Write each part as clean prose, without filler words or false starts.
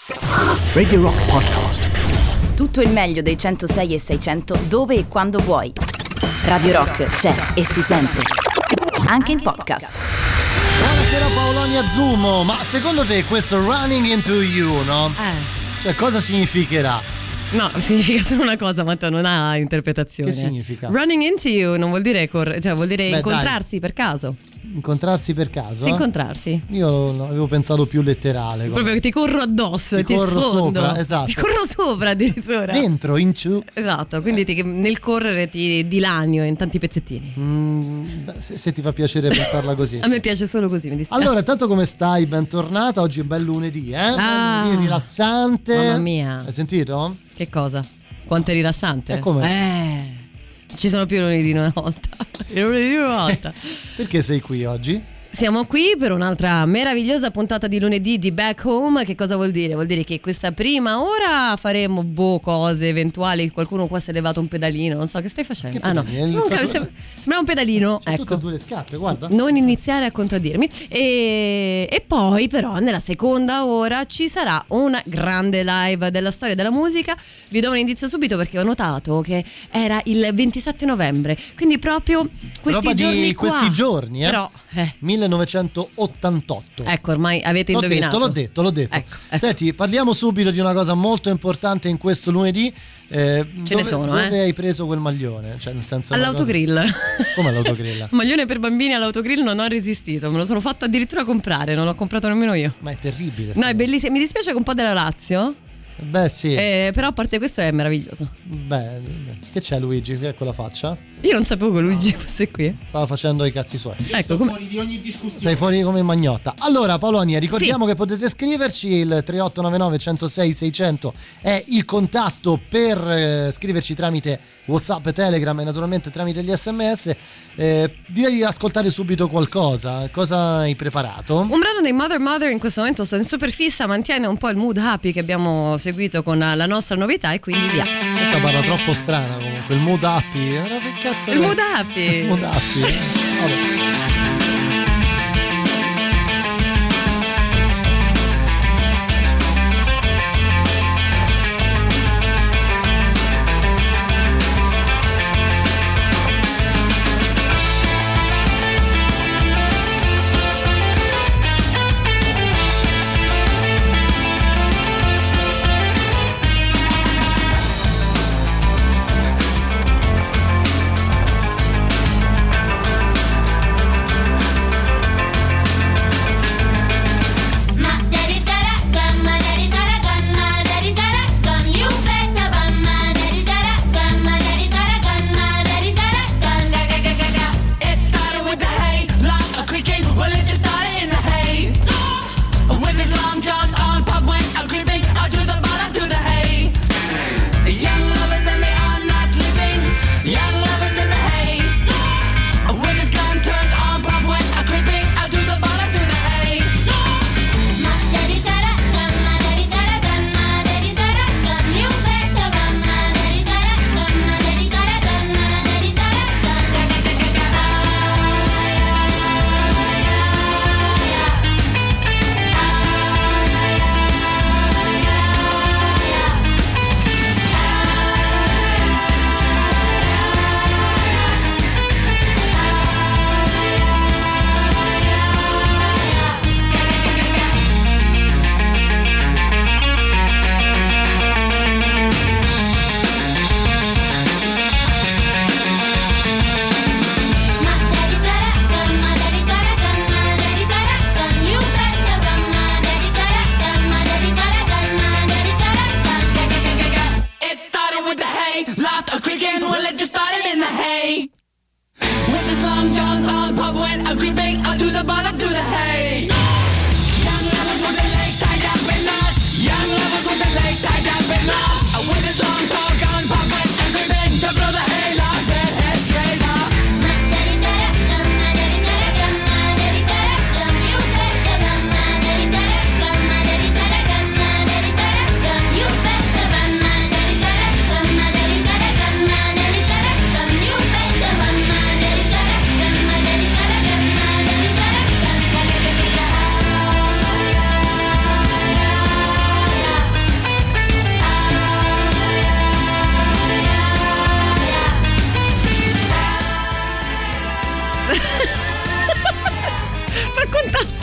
Radio Rock Podcast. Tutto il meglio dei 106 e 600 dove e quando vuoi. Radio Rock c'è e si sente anche in podcast. Buonasera Paolonia Zumo, ma secondo te questo running into you, no? Cioè cosa significherà? No, significa solo una cosa, Matteo, non ha interpretazione. Che significa? Running into you non vuol dire vuol dire incontrarsi per caso. Incontrarsi per caso? Sì, incontrarsi. Io avevo pensato più letterale. Proprio che ti corro addosso e ti corro sfondo. Sopra, esatto. Ti corro sopra addirittura. Dentro, in giù. Esatto, quindi nel correre ti dilanio in tanti pezzettini. Se ti fa piacere pensarla così. A me piace solo così, mi dispiace. Allora, tanto come stai? Bentornata. Oggi è bel lunedì, lunedì rilassante. Mamma mia. Hai sentito? Che cosa? Quanto è rilassante? Come? Ci sono più lunedì di una volta. Perché sei qui oggi? Siamo qui per un'altra meravigliosa puntata di lunedì di Back Home. Che cosa vuol dire? Vuol dire che questa prima ora faremo cose eventuali. Qualcuno qua si è levato un pedalino, non so che stai facendo. No, sembra un pedalino. C'ho ecco. tutte e due le scarpe, guarda. Non iniziare a contraddirmi. E poi però nella seconda ora ci sarà una grande live della storia della musica. Vi do un indizio subito perché ho notato che era il 27 novembre. Quindi proprio questi giorni qua. Questi giorni, Però 1988. Ecco, ormai avete indovinato. L'ho detto. Ecco. Senti, parliamo subito di una cosa molto importante in questo lunedì. Dove hai preso quel maglione? Cioè, nel senso, all'autogrill. Come all'autogrill? Maglione per bambini all'autogrill non ho resistito. Me lo sono fatto addirittura comprare. Non l'ho comprato nemmeno io. Ma è terribile. No, è bellissimo. Mi dispiace che un po' della Lazio. Beh, sì. Però a parte questo è meraviglioso. Beh, che c'è Luigi? Che è quella faccia? Io non sapevo che Luigi fosse qui. Stava facendo i cazzi suoi. Ecco, fuori di ogni discussione. Sei fuori come il Magnotta. Allora, Paolonia, ricordiamo che potete scriverci. Il 3899 106 600 è il contatto per scriverci tramite WhatsApp, Telegram e naturalmente tramite gli SMS. Direi di ascoltare subito qualcosa. Cosa hai preparato? Un brano dei Mother in questo momento sta in super fissa, mantiene un po' il mood happy che abbiamo seguito con la nostra novità e quindi via. Questa parla troppo strana comunque. Il mood happy. Che cazzo il mood happy. Il mood happy. Vabbè.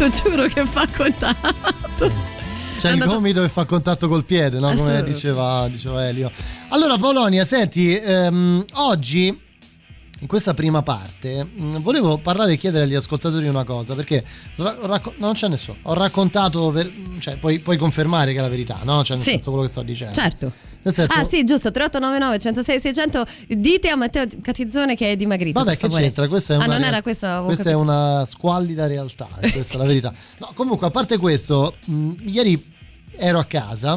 contatto, giuro che fa contatto. C'è il gomito che fa contatto col piede, no? Come diceva Elio. Allora Paolonia, senti, oggi in questa prima parte volevo parlare e chiedere agli ascoltatori una cosa, perché non c'è nessuno. Ho raccontato, cioè puoi confermare che è la verità, no? Cioè nel senso quello che sto dicendo. Certo. Nel senso, sì, giusto, 3899 106 600. Dite a Matteo Catizzone che è dimagrito. Vabbè, che c'entra? Questa è non era questo. Questa è una squallida realtà, questa è la verità. No, comunque, a parte questo, ieri ero a casa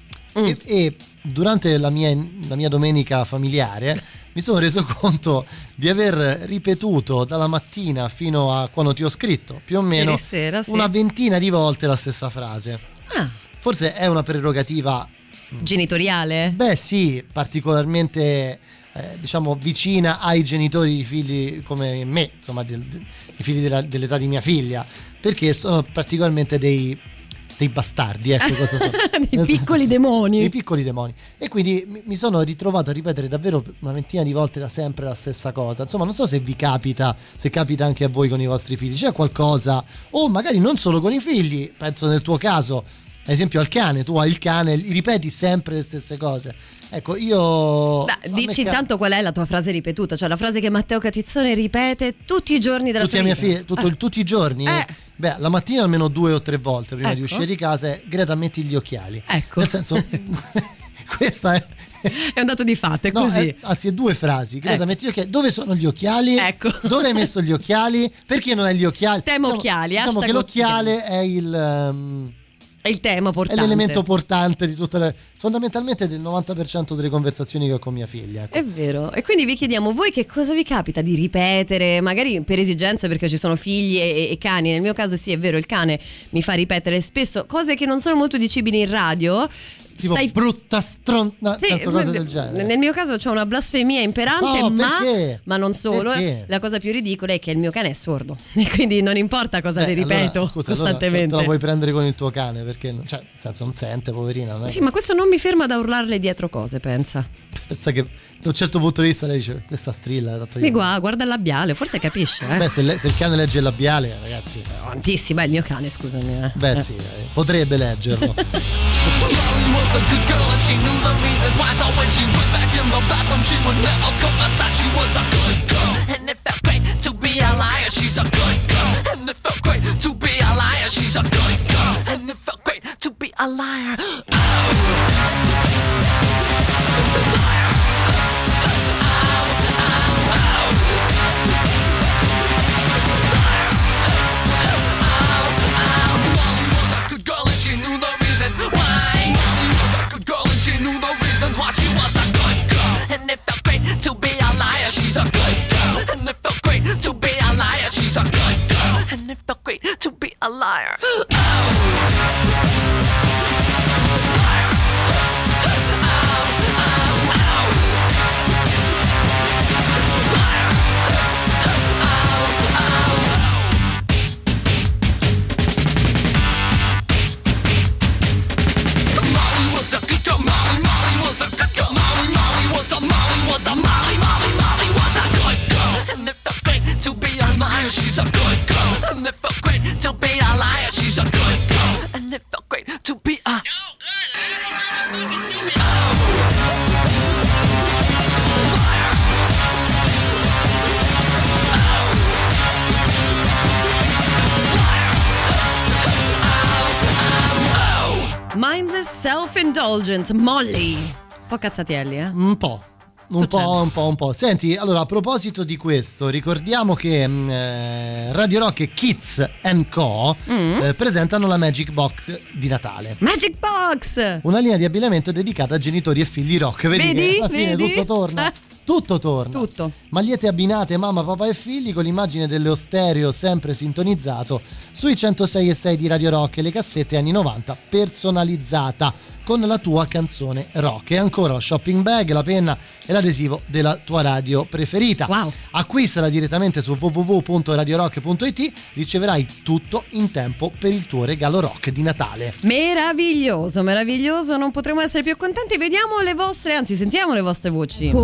e durante la mia domenica familiare mi sono reso conto di aver ripetuto dalla mattina fino a quando ti ho scritto più o meno sera, una ventina di volte la stessa frase. Forse è una prerogativa genitoriale? Beh sì, particolarmente diciamo vicina ai genitori di figli come me, insomma i figli dell'età di mia figlia, perché sono particolarmente dei bastardi, ecco cosa sono. Dei piccoli demoni. Dei piccoli demoni. E quindi mi sono ritrovato a ripetere davvero una ventina di volte da sempre la stessa cosa. Insomma, non so se vi capita, se capita anche a voi con i vostri figli. C'è qualcosa, o magari non solo con i figli, penso nel tuo caso, ad esempio al cane, tu hai il cane, ripeti sempre le stesse cose. Ecco, io... dici intanto qual è la tua frase ripetuta, cioè la frase che Matteo Catizzone ripete tutti i giorni della sua vita. Tutti mia figlia, tutti i giorni? Beh, la mattina almeno 2 o 3 volte prima di uscire di casa Greta, metti gli occhiali. Ecco. Nel senso, questa è un dato di fatto, è così. Anzi, è 2 frasi. Greta, metti gli occhiali. Dove sono gli occhiali? Ecco. Dove hai messo gli occhiali? Perché non hai gli occhiali? Tema occhiali. Diciamo che l'occhiale è è il tema portante. È l'elemento portante di fondamentalmente del 90% delle conversazioni che ho con mia figlia. Ecco. È vero. E quindi vi chiediamo, voi che cosa vi capita di ripetere, magari per esigenza perché ci sono figli e cani. Nel mio caso sì, è vero, il cane mi fa ripetere spesso cose che non sono molto dicibili in radio. Tipo brutta stronza, cose del genere. Nel mio caso c'è una blasfemia imperante, ma non solo. Perché? La cosa più ridicola è che il mio cane è sordo e quindi non importa cosa le ripeto allora, scusa, costantemente. Allora, te la vuoi prendere con il tuo cane perché cioè, nel senso non sente, poverina. Non è sì, ma questo non mi ferma da urlarle dietro cose, pensa che da un certo punto di vista lei dice questa strilla mi guarda il labiale, forse capisce. Beh, se il cane legge il labiale, ragazzi, tantissima, è il mio cane, scusami. Beh sì, potrebbe leggerlo. Was a good girl and she knew the reasons why. So when she went back in the bathroom, she would never come outside. She was a good girl, and it felt great to be a liar. She's a good girl, and it felt great to be a liar. She's a good girl, and it felt great to be a liar. Why she was a good girl, and it felt great to be a liar. She's a good girl, and it felt great to be a liar. She's a good girl, and it felt great to be a liar. She's a good girl, and it felt great to be a liar. She's a good girl, and it felt great to be a... Mindless self-indulgence, Molly. Un po' cazzatielli, Un po'. Un po'. Senti, allora a proposito di questo, ricordiamo che Radio Rock e Kids & Co presentano la Magic Box di Natale. Magic Box! Una linea di abbigliamento dedicata a genitori e figli rock. Vedi che alla fine tutto torna. Tutto torna. Tutto. Magliette abbinate mamma, papà e figli con l'immagine dello stereo sempre sintonizzato sui 106.6 di Radio Rock e le cassette anni 90 personalizzata con la tua canzone rock. E ancora la shopping bag, la penna e l'adesivo della tua radio preferita. Wow. Acquistala direttamente su www.radiorock.it, riceverai tutto in tempo per il tuo regalo rock di Natale. Meraviglioso, non potremo essere più contenti. Vediamo le vostre, anzi sentiamo le vostre voci. Te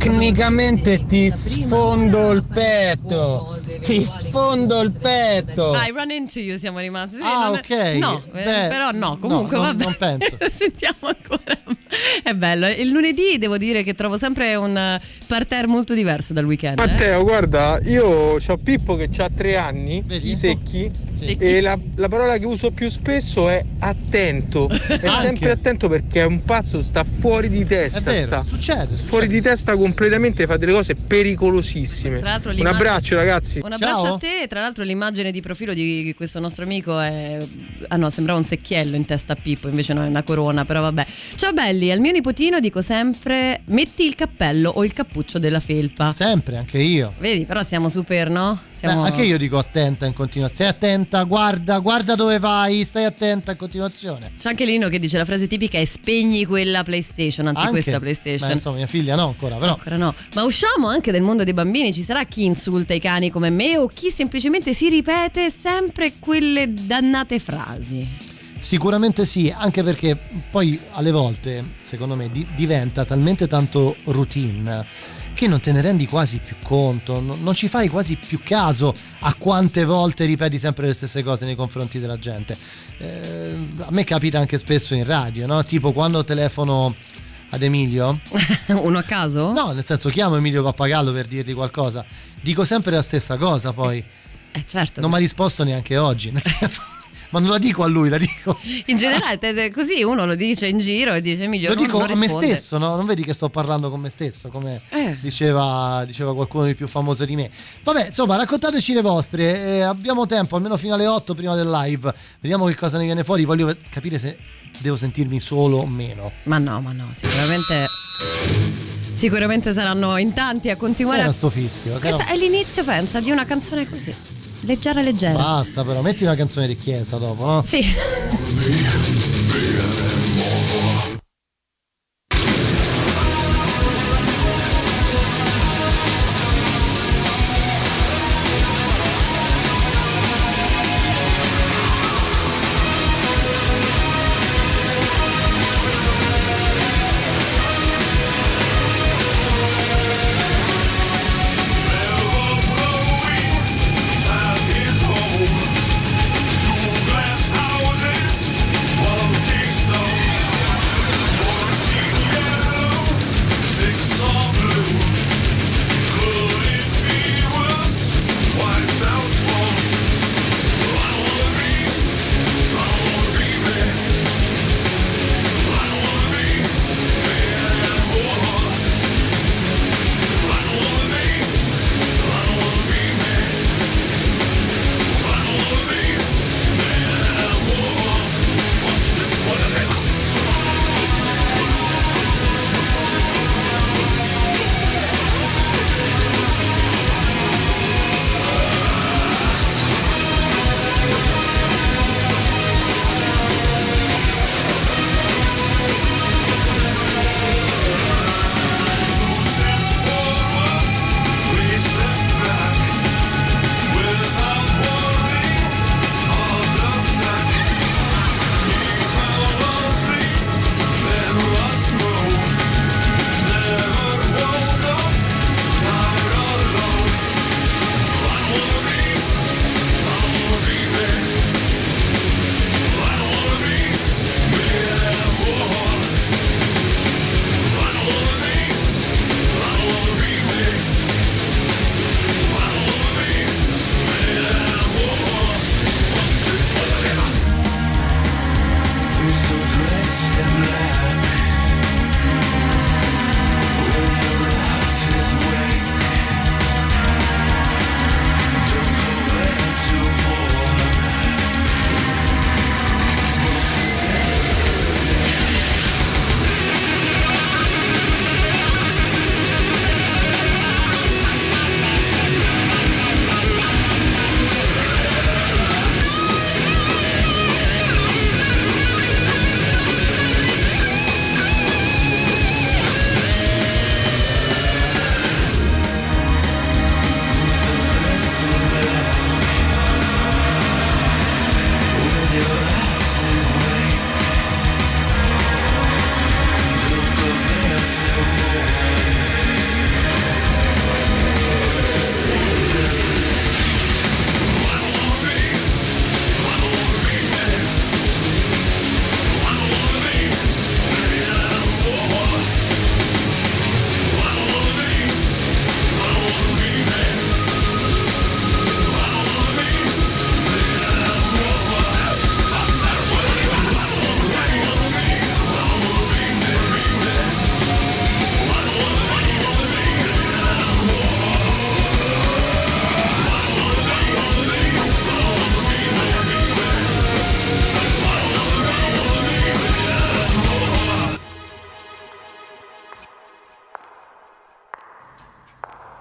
Tecnicamente ti sfondo il petto. Ti sfondo il petto. I run into you siamo rimasti. Sì, ok. No, però no, comunque no, vabbè. non penso. Sentiamo ancora. È bello. Il lunedì devo dire che trovo sempre un parterre molto diverso dal weekend. Matteo, guarda, io ho Pippo che ha 3 anni, Vedi? secchi, Sì. e la parola che uso più spesso è attento. È sempre attento perché è un pazzo, sta fuori di testa. È vero, sta succede. fuori di testa completamente, fa delle cose pericolosissime. Tra l'altro Un abbraccio, ragazzi. Un abbraccio Ciao. a te. Tra l'altro l'immagine di profilo di questo nostro amico è no, sembrava un secchiello in testa a Pippo, invece no, è una corona, però vabbè. Ciao belli, al mio nipotino dico sempre metti il cappello o il cappuccio della felpa. Sempre, anche io. Vedi, però siamo super, no? Siamo... Anche io dico attenta in continuazione. Attenta, guarda dove vai, stai attenta in continuazione. C'è anche Lino che dice la frase tipica è spegni quella PlayStation, anzi Anche? questa PlayStation. Beh, insomma, mia figlia no ancora, però. Ancora no. Ma usciamo anche del mondo dei bambini, ci sarà chi insulta i cani come me o chi semplicemente si ripete sempre quelle dannate frasi? Sicuramente sì, anche perché poi alle volte, secondo me, diventa talmente tanto routine che non te ne rendi quasi più conto, non ci fai quasi più caso a quante volte ripeti sempre le stesse cose nei confronti della gente. A me capita anche spesso in radio, no? Tipo quando telefono ad Emilio. Uno a caso? No, nel senso chiamo Emilio Pappagallo per dirgli qualcosa, dico sempre la stessa cosa poi. Certo. Non mi ha risposto neanche oggi, nel senso... Ma non la dico a lui, la dico in generale, così uno lo dice in giro e dice Emilio, lo dico non a me risponde. stesso, no? Non vedi che sto parlando con me stesso, come diceva qualcuno di più famoso di me. Vabbè, insomma, raccontateci le vostre, abbiamo tempo almeno fino alle 8 prima del live, vediamo che cosa ne viene fuori, voglio capire se devo sentirmi solo o meno. Ma no, sicuramente saranno in tanti a continuare. Era sto fischio. Questa è l'inizio, pensa, di una canzone così leggera. Basta però, metti una canzone di chiesa dopo, no? Sì. His home, 2 glass houses,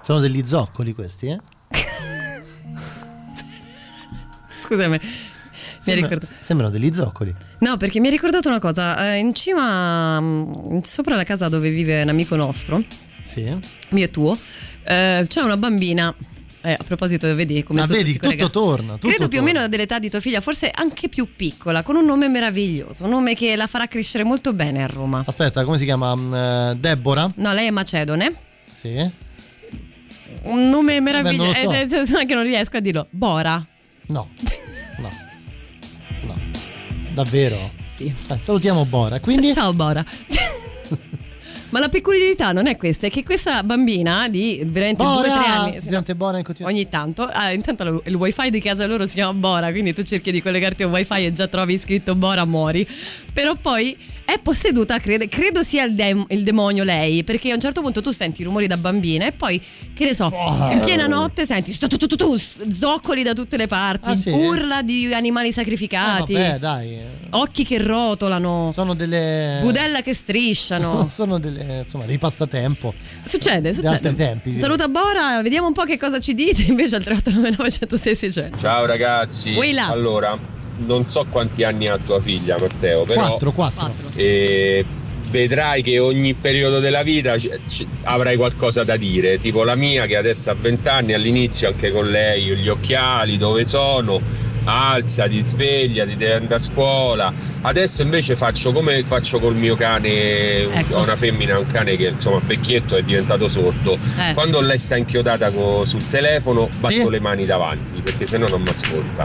Sono degli zoccoli questi, eh? Scusami. Sembrano degli zoccoli. No, perché mi ha ricordato una cosa. In cima, sopra la casa dove vive un amico nostro, sì, mio e tuo, c'è una bambina. A proposito, vedi come tutto torna. Credo più o meno dell'età di tua figlia, forse anche più piccola, con un nome meraviglioso, un nome che la farà crescere molto bene a Roma. Aspetta, come si chiama? Deborah? No, lei è macedone. Sì. Un nome meraviglioso. Non lo so. Anche non riesco a dirlo. Bora. No. Davvero? Sì. Salutiamo Bora. Quindi... Ciao Bora. Ma la peculiarità non è questa, è che questa bambina di veramente 2-3 anni si sente Bora in continuazione. ogni tanto, intanto il wifi di casa loro si chiama Bora, quindi tu cerchi di collegarti al wifi e già trovi scritto Bora, muori. Però poi è posseduta, credo sia il demonio lei, perché a un certo punto tu senti i rumori da bambina e poi, che ne so, in piena notte senti zoccoli da tutte le parti, sì? urla di animali sacrificati, vabbè, dai. occhi che rotolano, sono delle budella che strisciano, sono delle, insomma, dei passatempo. Succede. Altri tempi, Saluta Bora, vediamo un po' che cosa ci dite invece al 3899 106 600. Ciao ragazzi. Allora, non so quanti anni ha tua figlia, Matteo, però 4. vedrai che ogni periodo della vita avrai qualcosa da dire, tipo la mia che adesso ha 20 anni, all'inizio anche con lei gli occhiali, dove sono, alzati, svegliati, devi andare a scuola. Adesso invece faccio come faccio col mio cane, ecco. Ho una femmina e un cane che insomma vecchietto è diventato sordo. Quando lei sta inchiodata sul telefono batto le mani davanti perché sennò non mi ascolta.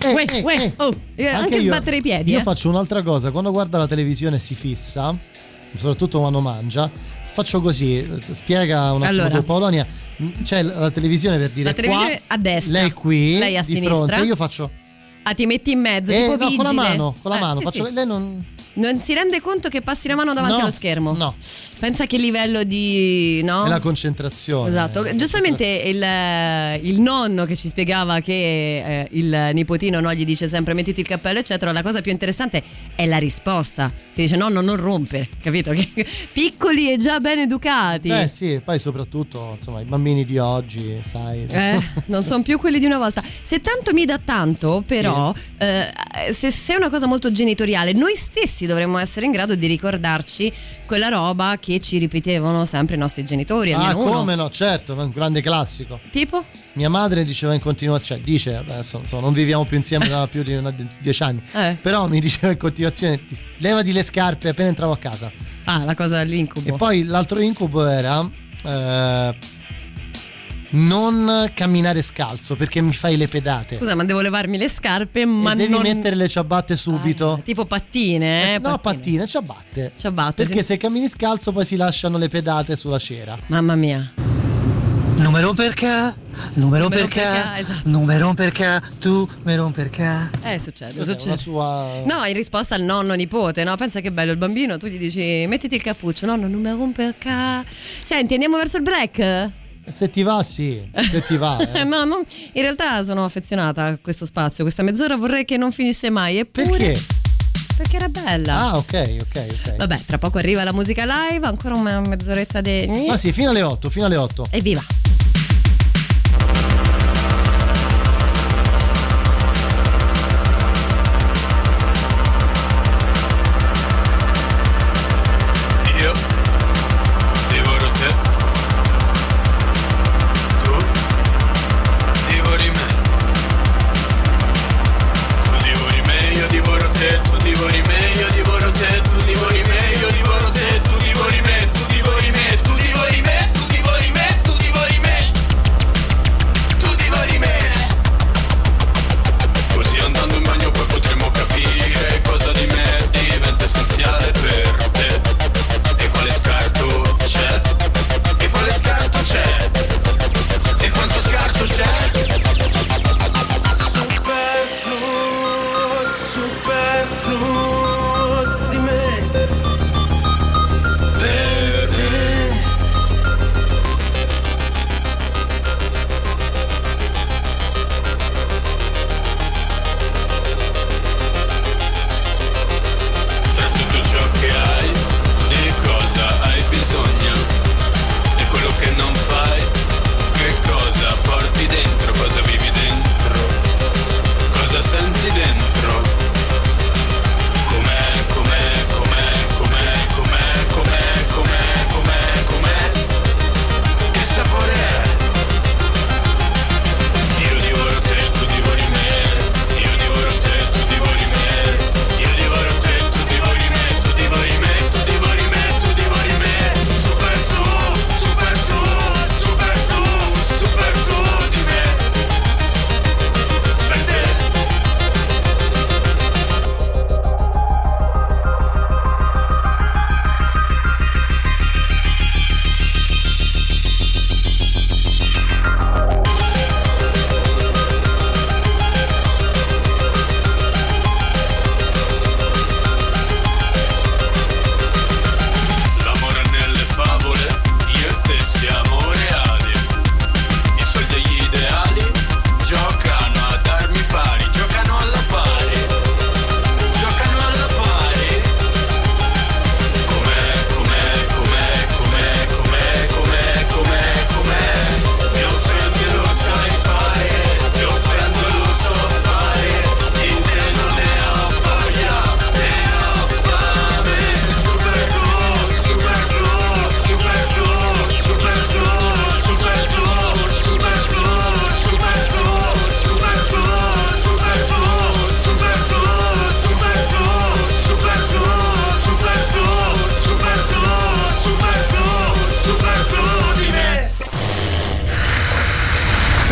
Anche sbattere i piedi. Io faccio un'altra cosa, quando guarda la televisione si fissa, soprattutto quando mangia, faccio così, spiega un attimo tu, Paolonia, c'è la televisione per dire la televisione qua, a destra, lei qui, lei a di sinistra, fronte, io faccio ti metti in mezzo, tipo vigile. con la mano, faccio, sì. Lei non si rende conto che passi la mano davanti allo schermo? No. Pensa che livello di... no? È la concentrazione. Esatto. Giustamente il nonno che ci spiegava che il nipotino gli dice sempre mettiti il cappello eccetera, la cosa più interessante è la risposta, che dice nonno non rompere, capito? Che piccoli e già ben educati. Sì, poi soprattutto insomma i bambini di oggi, sai. Non sono più quelli di una volta. Se tanto mi dà tanto, però se è una cosa molto genitoriale, noi stessi dovremmo essere in grado di ricordarci quella roba che ci ripetevano sempre i nostri genitori. Come no, certo, è un grande classico. Tipo? Mia madre diceva in continuazione, dice adesso non viviamo più insieme da più di 10 anni, però mi diceva in continuazione levati le scarpe appena entravo a casa. La cosa dell'incubo. E poi l'altro incubo era non camminare scalzo perché mi fai le pedate. Scusa, ma devo levarmi le scarpe, ma devi mettere le ciabatte subito. Tipo pattine, No, pattine, ciabatte. sì. Perché se cammini scalzo poi si lasciano le pedate sulla cera. Mamma mia. Numero perché? Esatto. Numero perché? Tu mi romperché? Succede. La sua... No, in risposta al nonno nipote, no? Pensa che bello il bambino, tu gli dici mettiti il cappuccio, nonno, non mi romperché. Senti, andiamo verso il break? Se ti va, sì, se ti va. No, in realtà sono affezionata a questo spazio, questa mezz'ora vorrei che non finisse mai. Eppure, perché? Perché era bella. Ok. Vabbè, tra poco arriva la musica live, ancora una mezz'oretta di... sì, fino alle 8. Evviva! Tu divori me, tu divori me, tu divori me, tu divori me, tu divori me.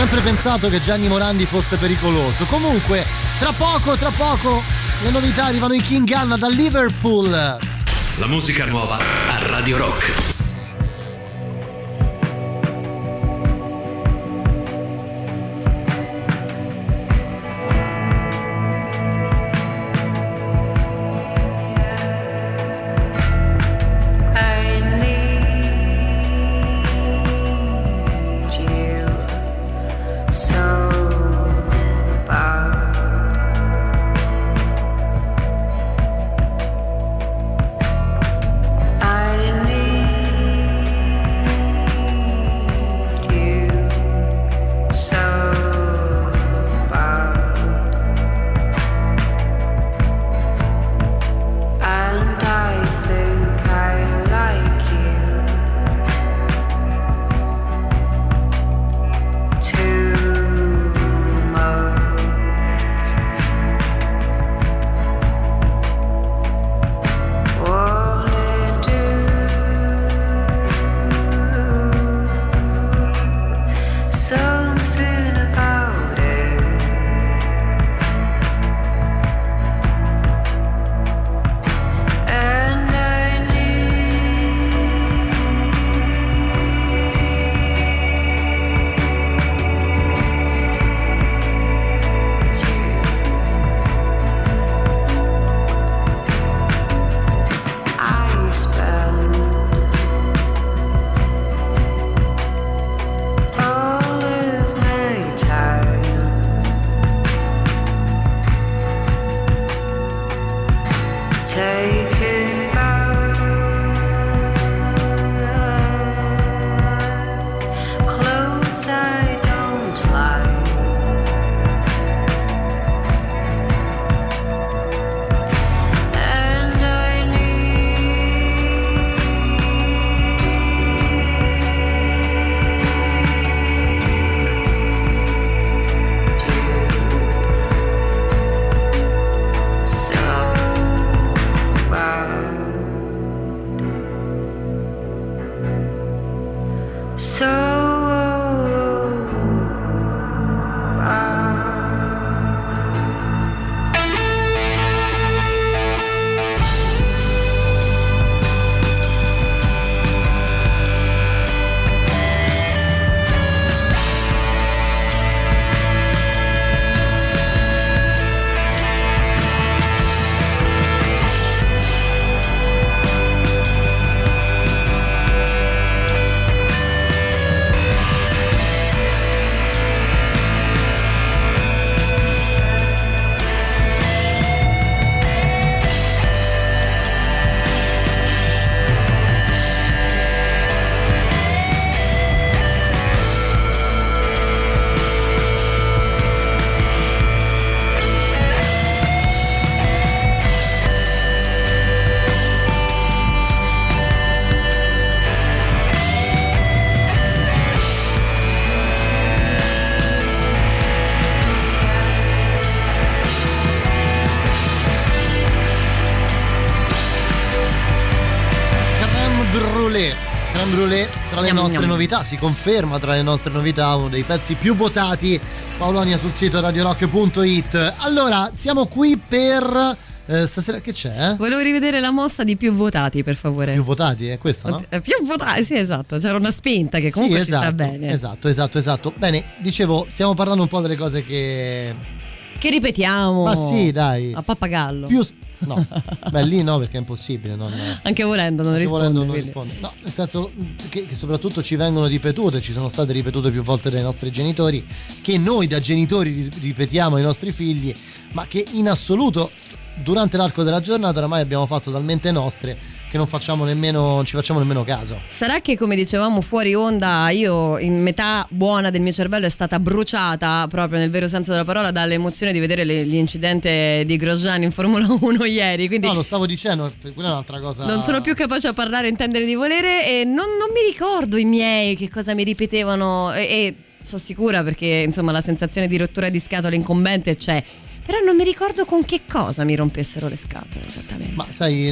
sempre pensato che Gianni Morandi fosse pericoloso. Comunque, tra poco le novità arrivano i King Gunn da Liverpool. La musica nuova a Radio Rock. Tra le nostre novità, si conferma tra le nostre novità uno dei pezzi più votati, Paolonia, sul sito radiorock.it. Allora, siamo qui per stasera, che c'è? Volevo rivedere la mossa di più votati, per favore. Più votati, è questa, no? Più votati, sì, esatto, c'era una spinta che comunque sì, esatto, ci sta bene. Esatto. Bene, dicevo, stiamo parlando un po' delle cose che ripetiamo. Ma sì, dai. A pappagallo. No, beh, lì no, perché è impossibile. Anche volendo non risponde. No, nel senso che soprattutto ci vengono ripetute, ci sono state ripetute più volte dai nostri genitori, che noi da genitori ripetiamo ai nostri figli, ma che in assoluto durante l'arco della giornata oramai abbiamo fatto talmente nostre che non ci facciamo nemmeno caso. Sarà che, come dicevamo fuori onda, io in metà buona del mio cervello è stata bruciata, proprio nel vero senso della parola, dall'emozione di vedere l'incidente di Grosjean in Formula 1 ieri. Quindi no, lo stavo dicendo, quella è un'altra cosa. Non sono più capace a parlare, intendere di volere, e non mi ricordo i miei che cosa mi ripetevano, e sono sicura, perché insomma la sensazione di rottura di scatole incombente c'è. Però non mi ricordo con che cosa mi rompessero le scatole esattamente. Ma sai,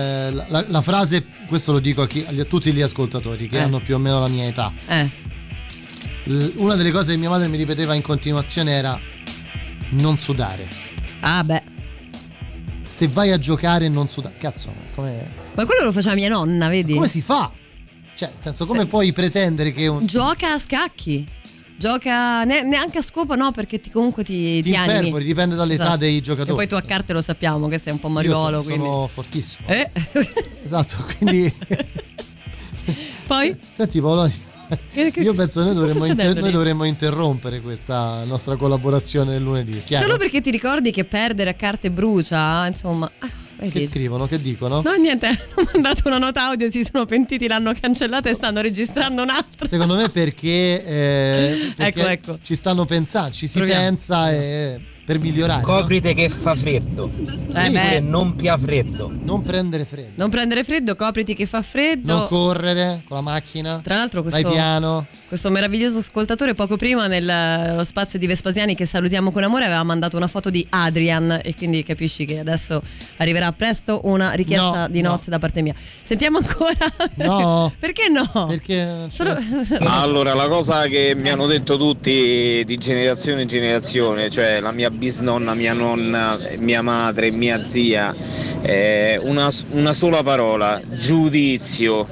la frase, questo lo dico a tutti gli ascoltatori che hanno più o meno la mia età. una delle cose che mia madre mi ripeteva in continuazione era non sudare. Ah beh, se vai a giocare non sudare. Cazzo, ma quello lo faceva mia nonna, vedi? Come si fa? Cioè, nel senso, come puoi pretendere che gioca a scacchi, gioca neanche a scopo, no, perché comunque ti animi. Infervori, dipende dall'età, esatto, dei giocatori. E poi tu a carte lo sappiamo che sei un po' mariolo, quindi sono fortissimo. Esatto, quindi poi? Senti Paolo, io penso noi dovremmo interrompere questa nostra collaborazione del lunedì. Chiaro? Solo perché ti ricordi che perdere a carte brucia, insomma. Che scrivono? Che dicono? No, niente, hanno mandato una nota audio, si sono pentiti, l'hanno cancellata e stanno registrando un'altra. Secondo me perché ecco. ci stanno pensando, ci si pensa per migliorare. Coprite, no? Che fa freddo. Non pia freddo. Non prendere freddo. Non prendere freddo, copriti che fa freddo. Non correre con la macchina. Tra l'altro vai piano. Questo meraviglioso ascoltatore poco prima nello spazio di Vespasiani, che salutiamo con amore, aveva mandato una foto di Adrian, e quindi capisci che adesso arriverà presto una richiesta di nozze da parte mia. Sentiamo ancora. No. Perché no? Perché Allora, la cosa che mi hanno detto tutti di generazione in generazione, cioè la mia bisnonna, mia nonna, mia madre, mia zia, una sola parola: giudizio.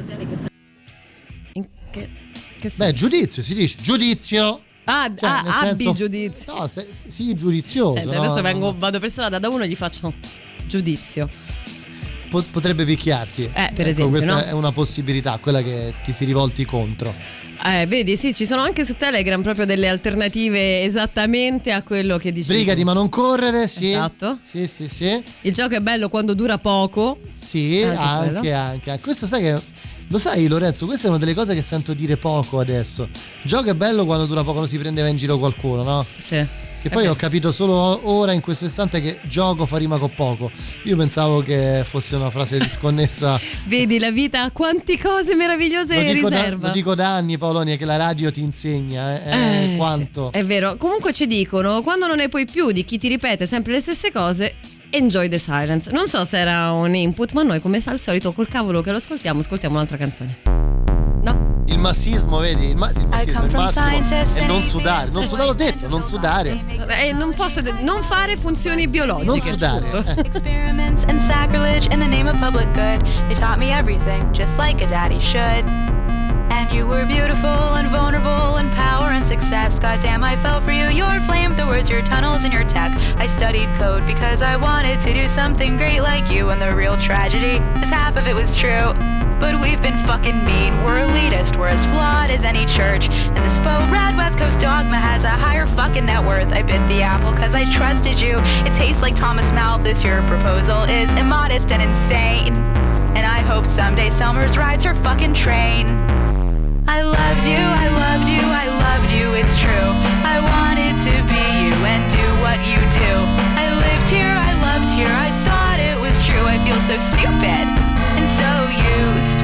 Beh, giudizio si dice, giudizio. Abbi giudizio. No, sì, giudizioso. Senti, adesso vado per strada da uno e gli faccio giudizio. Potrebbe picchiarti. Per esempio, questa no? è una possibilità, quella che ti si rivolti contro. Vedi, sì, ci sono anche su Telegram proprio delle alternative esattamente a quello che dicevi. Brigati ma non correre, sì. Esatto. Sì. Il gioco è bello quando dura poco. Sì, anche. Questo sai che... Lo sai Lorenzo, questa è una delle cose che sento dire poco adesso. Il gioco è bello quando dura poco, quando si prendeva in giro qualcuno, no? Sì. Che poi ho capito solo ora in questo istante che gioco fa rima con poco. Io pensavo che fosse una frase disconnessa. Vedi, la vita quante cose meravigliose riserva. Lo dico da anni, Paolonia, che la radio ti insegna quanto. È vero. Comunque ci dicono, quando non ne puoi più di chi ti ripete sempre le stesse cose, enjoy the silence. Non so se era un input, ma noi come al solito col cavolo che lo ascoltiamo un'altra canzone. No? Il massismo, vedi? Il massimo è non sudare. Non sudare, l'ho detto, non sudare. Non posso non fare funzioni biologiche. Non sudare. Experiments and sacrilege in the name of public good. They taught me everything, just like a daddy should. And you were beautiful and vulnerable in power and success. Goddamn, I fell for you. Your flame, the words, your tunnels, and your tech. I studied code because I wanted to do something great like you. And the real tragedy is half of it was true. But we've been fucking mean. We're elitist. We're as flawed as any church. And this faux rad West Coast dogma has a higher fucking net worth. I bit the apple cause I trusted you. It tastes like Thomas Malthus. Your proposal is immodest and insane. And I hope someday Selmers rides her fucking train. I loved you, I loved you, I loved you, it's true. I wanted to be you and do what you do. I lived here, I loved here, I thought it was true. I feel so stupid and so used.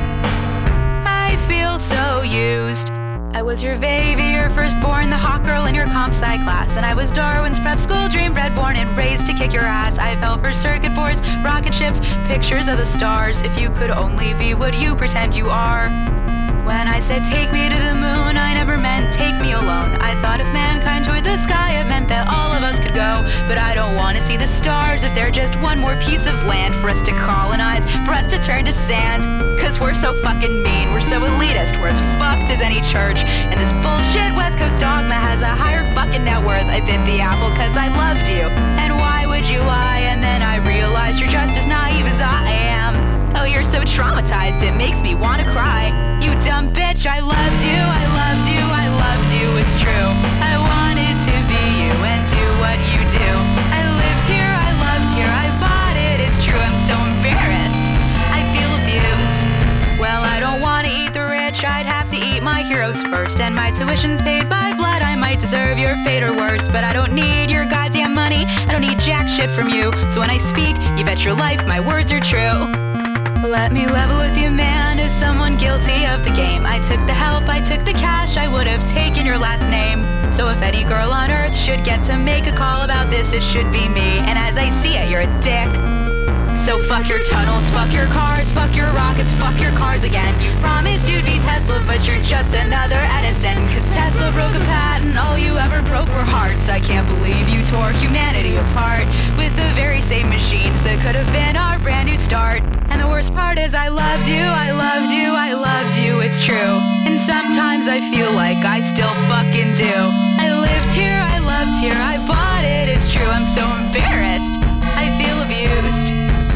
I feel so used. I was your baby, your firstborn, the hot girl in your comp sci class. And I was Darwin's prep school dream, bred, born, and raised to kick your ass. I fell for circuit boards, rocket ships, pictures of the stars. If you could only be what you pretend you are. When I said take me to the moon, I never meant take me alone. I thought if mankind toured the sky, it meant that all of us could go. But I don't want to see the stars if they're just one more piece of land for us to colonize, for us to turn to sand. Cause we're so fucking mean, we're so elitist, we're as fucked as any church. And this bullshit West Coast dogma has a higher fucking net worth. I bit the apple cause I loved you. And why would you lie? And then I realized you're just as naive as I am. Oh, you're so traumatized, it makes me want to cry. You dumb bitch, I loved you, I loved you, I loved you, it's true. I wanted to be you and do what you do. I lived here, I loved here, I bought it, it's true. I'm so embarrassed, I feel abused. Well, I don't want to eat the rich, I'd have to eat my heroes first. And my tuition's paid by blood, I might deserve your fate or worse. But I don't need your goddamn money, I don't need jack shit from you. So when I speak, you bet your life my words are true. Let me level with you, man, as someone guilty of the game. I took the help, I took the cash, I would have taken your last name. So if any girl on earth should get to make a call about this, it should be me. And as I see it, you're a dick. So fuck your tunnels, fuck your cars, fuck your rockets, fuck your cars again. You promised you'd be Tesla, but you're just another Edison. Cause Tesla broke a patent, all you ever broke were hearts. I can't believe you tore humanity apart with the very same machines that could have been our brand new start. And the worst part is I loved you, I loved you, I loved you, it's true. And sometimes I feel like I still fucking do. I lived here, I loved here, I bought it, it's true. I'm so embarrassed, I feel abused.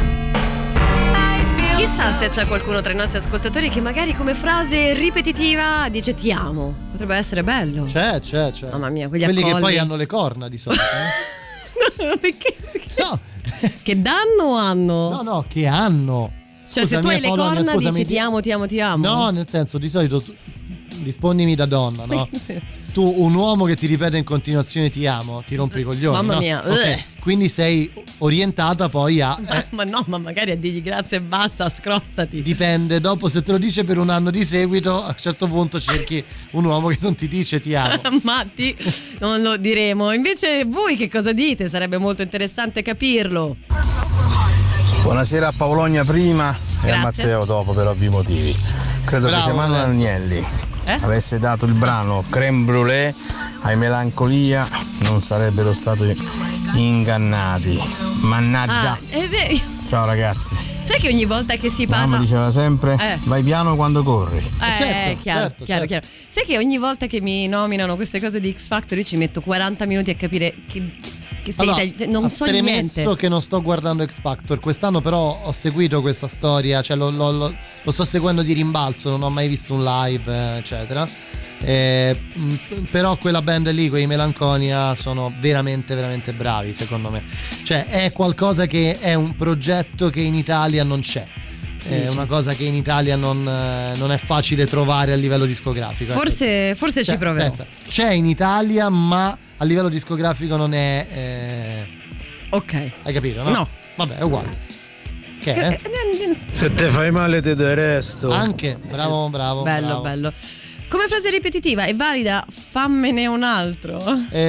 Chissà se c'è qualcuno tra i nostri ascoltatori che magari come frase ripetitiva dice ti amo. Potrebbe essere bello. C'è. Mamma mia, quelli accolli. che poi hanno le corna di solito. Perché? No. Che danno hanno? No, che hanno. Cioè se tu hai le corna dici ti amo. No, nel senso, di solito rispondimi da donna, no? Sì. Tu, un uomo che ti ripete in continuazione ti amo, ti rompi i coglioni. Mamma no? mia. Okay. Quindi sei orientata poi a ma magari a dirgli grazie e basta, scrostati. Dipende, dopo se te lo dice per un anno di seguito, a un certo punto cerchi un uomo che non ti dice ti amo. Matti, non lo diremo. Invece voi che cosa dite? Sarebbe molto interessante capirlo. Buonasera a Paolonia prima. Grazie. E a Matteo dopo per ovvi motivi. Credo che se Manuel Agnelli avesse dato il brano Crème Brûlée ai Melancolia non sarebbero stati ingannati. Mannaggia. Ciao ragazzi. Sai che ogni volta che si parla mamma diceva sempre vai piano quando corri. Chiaro. Sai che ogni volta che mi nominano queste cose di X Factor io ci metto 40 minuti a capire che sei non so niente. Premesso che non sto guardando X Factor quest'anno, però ho seguito questa storia, cioè lo sto seguendo di rimbalzo, non ho mai visto un live eccetera. Però quella band lì, quei Melancolia, sono veramente veramente bravi secondo me. Cioè è qualcosa che è un progetto che in Italia non c'è. È una cosa che in Italia non è facile trovare a livello discografico. Forse ci proverò. Aspetta, c'è in Italia, ma a livello discografico non è ok. Hai capito, no? No. Vabbè, è uguale. Che è? Se te fai male te del resto. Anche, bravo. Bello. Come frase ripetitiva è valida fammene un altro?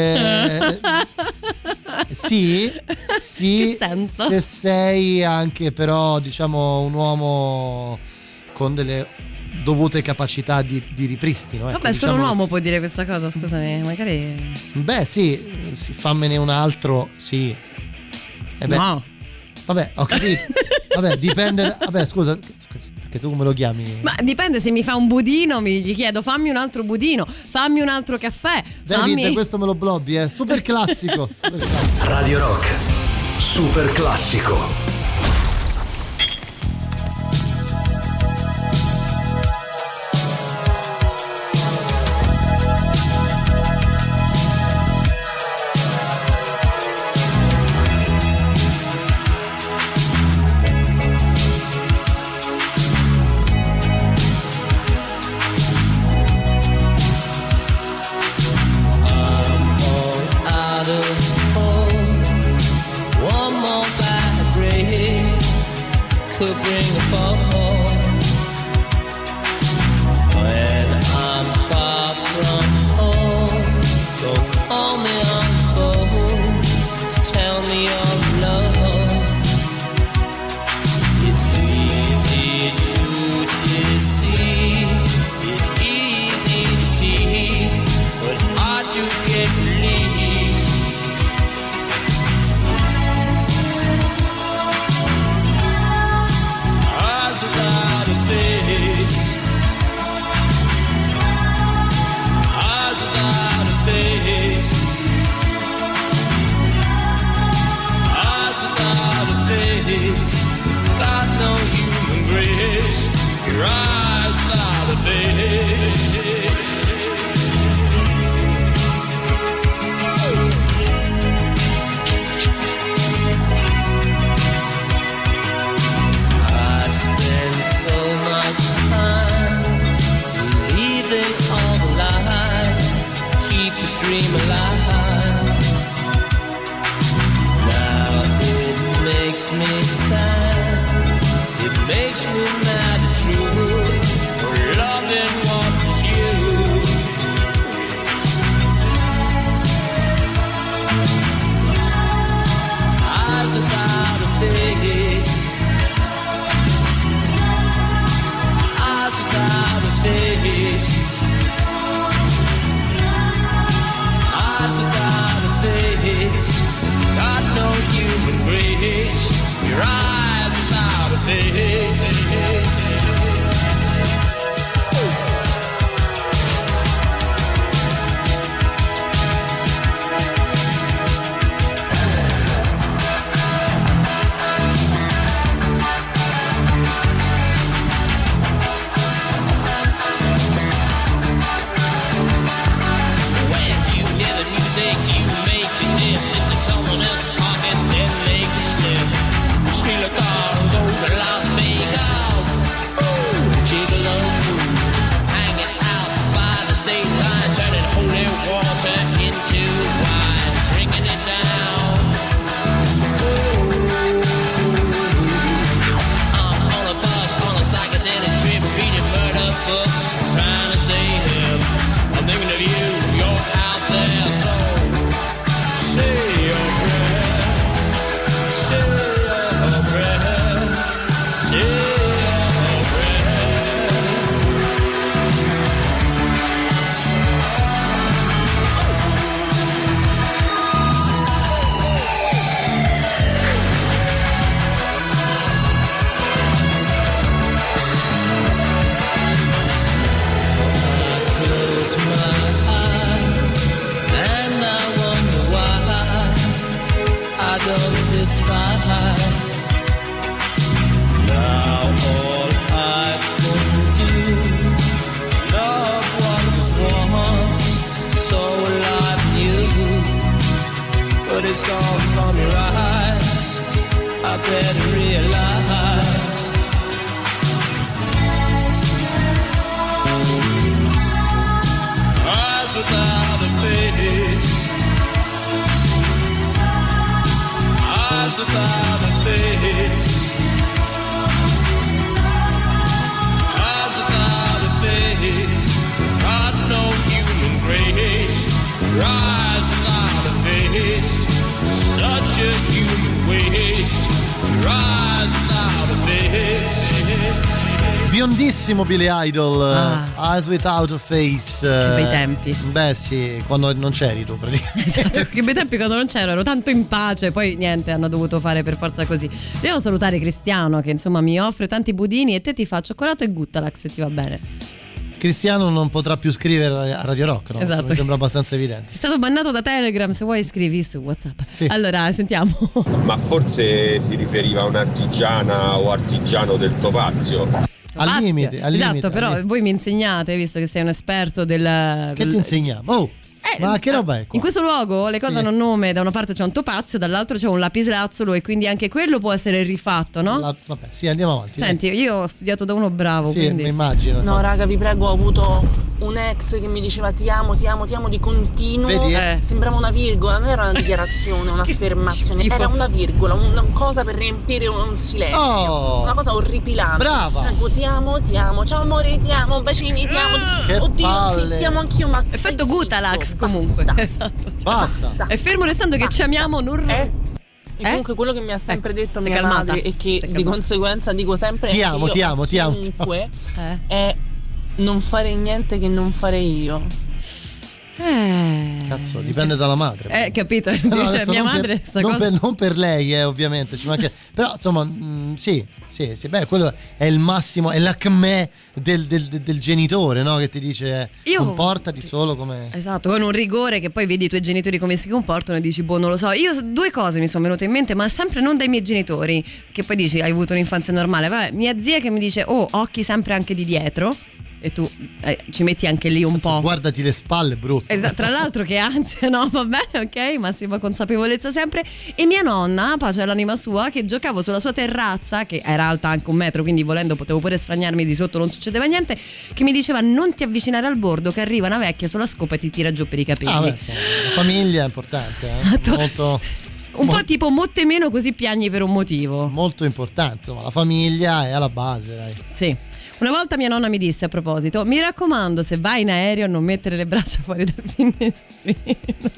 Sì. Che senso? Se sei anche però diciamo un uomo con delle dovute capacità di ripristino. Ecco, vabbè, solo un uomo può dire questa cosa, scusami, magari. Beh, sì, fammene un altro, sì. No. Vabbè, ho capito. Vabbè, dipende. Vabbè, scusa, che tu come lo chiami? Ma dipende, se mi fa un budino gli chiedo fammi un altro budino, fammi un altro caffè. David, questo me lo blobbi, è super classico. Radio Rock, super classico. Could bring a fall when I'm far from home. Don't call me on the phone to tell me your love. It's easy to deceive, it's easy to tease, but hard to get released. Without a face, eyes without a face, eyes without a face, got no human grace, your eyes without a face. So much time believing all the lies, keep the dream alive. Now it makes me sad, it makes me mad at you for loving what was you. Eyes without a face, face, eyes without a face, got no human grace, your eyes without a face. You make it dip into someone else's pocket, then make a slip. Steal a car and go to Las Vegas. Ooh, gigolo, hanging out by the state line, turning holy water into wine, bringing it down. I'm on a bus, on a psychedelic trip, reading murder books, trying to stay hip. I'm thinking of you, you're out there, so say your prayers, say your prayers, say your prayers. I close my eyes and I wonder why I don't despise. Now all I can do, love what was once so alive in you, but it's gone from your eyes, I better realize. Eyes without a face, eyes without a face, eyes without a face, got no human grace, eyes without a face, such a human waste, eyes without a face. Biondissimo Billy Idol, Eyes Without a Face. Che bei tempi. Beh sì, quando non c'eri tu praticamente. Esatto, che bei tempi quando non c'ero, ero tanto in pace, poi niente, hanno dovuto fare per forza così. Devo salutare Cristiano che insomma mi offre tanti budini e te ti fa cioccolato e Guttalax se ti va bene. Cristiano non potrà più scrivere a Radio Rock, no? Esatto. Mi sembra abbastanza evidente. Sei stato bannato da Telegram, se vuoi scrivi su WhatsApp. Sì. Allora, sentiamo. Ma forse si riferiva a un'artigiana o artigiano del topazio. Al limite, esatto, però voi mi insegnate, visto che sei un esperto del... Che ti insegniamo? Oh, ma che roba è qua? In questo luogo le cose Sì. hanno un nome, da una parte c'è un topazio, dall'altro c'è un lapislazzolo e quindi anche quello può essere rifatto, no? Vabbè, sì, andiamo avanti. Senti, io ho studiato da uno bravo, Sì, quindi... mi immagino. No, raga, vi prego, ho avuto un ex che mi diceva ti amo di continuo. Vedi? Sembrava una virgola, non era una dichiarazione, un'affermazione, era una virgola, una cosa per riempire un silenzio. Oh, una cosa orripilante. brava. Prego, ti amo, ciao amore, ti amo, bacini, ti amo. Che Oddio, palle. sì, ti amo anch'io, ma Effetto Guttalax comunque. Esatto. Basta. È fermo restando che ci amiamo, non... E comunque quello che mi ha sempre detto sei mia calmata? madre e che Sei di calmata? conseguenza dico sempre Ti anche amo, io ti amo, a ti amo. chiunque, è non fare niente che non fare io. Cazzo, dipende dalla madre. Capito? No, Cioè, adesso mia non madre per, sta non, cosa... non per lei, ovviamente. Però insomma, sì, beh, quello è il massimo, è l'acmè del genitore, no? Che ti dice comportati solo come... Esatto, con un rigore che poi vedi i tuoi genitori come si comportano e dici, boh, non lo so. Io due cose mi sono venute in mente, ma sempre non dai miei genitori, che poi dici, hai avuto un'infanzia normale. Vabbè, mia zia che mi dice, occhi sempre anche di dietro. E tu ci metti anche lì un po'. Guardati le spalle, brutto. Esatto, tra l'altro che ansia, no? Va bene, ok, massima consapevolezza sempre. E mia nonna, pace all'anima sua, che giocavo sulla sua terrazza, che era alta anche 1 metro, quindi volendo potevo pure sfragnarmi di sotto, non succedeva niente, che mi diceva non ti avvicinare al bordo che arriva una vecchia sulla scopa e ti tira giù per i capelli. Ah, beh, insomma, la famiglia è importante, Esatto. Molto... Un po' tipo motte meno così piagni per un motivo. Molto importante, insomma, la famiglia è alla base, dai. Sì. Una volta mia nonna mi disse a proposito, mi raccomando, se vai in aereo non mettere le braccia fuori dal finestrino.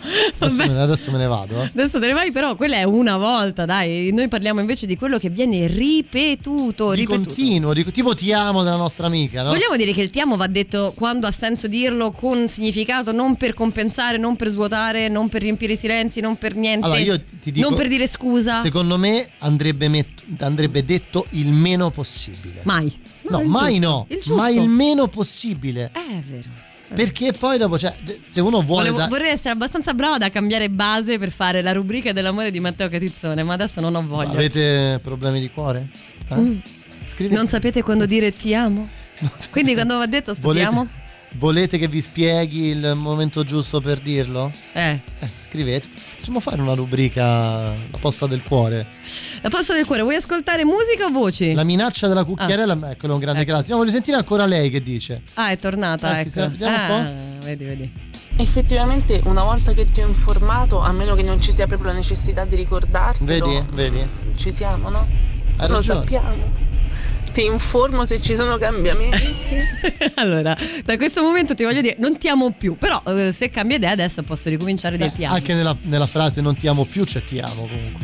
Adesso me ne vado. Adesso te ne vai, però quella è una volta, dai. Noi parliamo invece di quello che viene ripetuto. Continuo, tipo ti amo della nostra amica, no? Vogliamo dire che il ti amo va detto quando ha senso dirlo, con significato, non per compensare, non per svuotare, non per riempire i silenzi, non per niente. Allora io ti dico, non per dire scusa. Secondo me andrebbe detto il meno possibile. Mai. No, mai no. Ma il meno possibile. È vero. Perché poi dopo, cioè, se uno vuole vorrei essere abbastanza brava da cambiare base per fare la rubrica dell'amore di Matteo Catizzone, ma adesso non ho voglia. Avete problemi di cuore? Scrivete. Non sapete quando dire ti amo? Quindi quando va detto ti amo? Volete che vi spieghi il momento giusto per dirlo? Scrivete. Possiamo fare una rubrica, la posta del cuore. La posta del cuore, vuoi ascoltare musica o voci? La minaccia della cucchiarella, quello è un grande classico. Voglio sentire ancora lei che dice. È tornata, ecco. Sì, vediamo un po'. Vedi. Effettivamente una volta che ti ho informato, a meno che non ci sia proprio la necessità di ricordartelo, vedi? Ci siamo, no? Hai Lo ragione. sappiamo. Ti informo se ci sono cambiamenti. Allora, da questo momento ti voglio dire, non ti amo più, però se cambia idea adesso posso ricominciare a dire ti amo. Anche nella frase non ti amo più c'è ti amo comunque.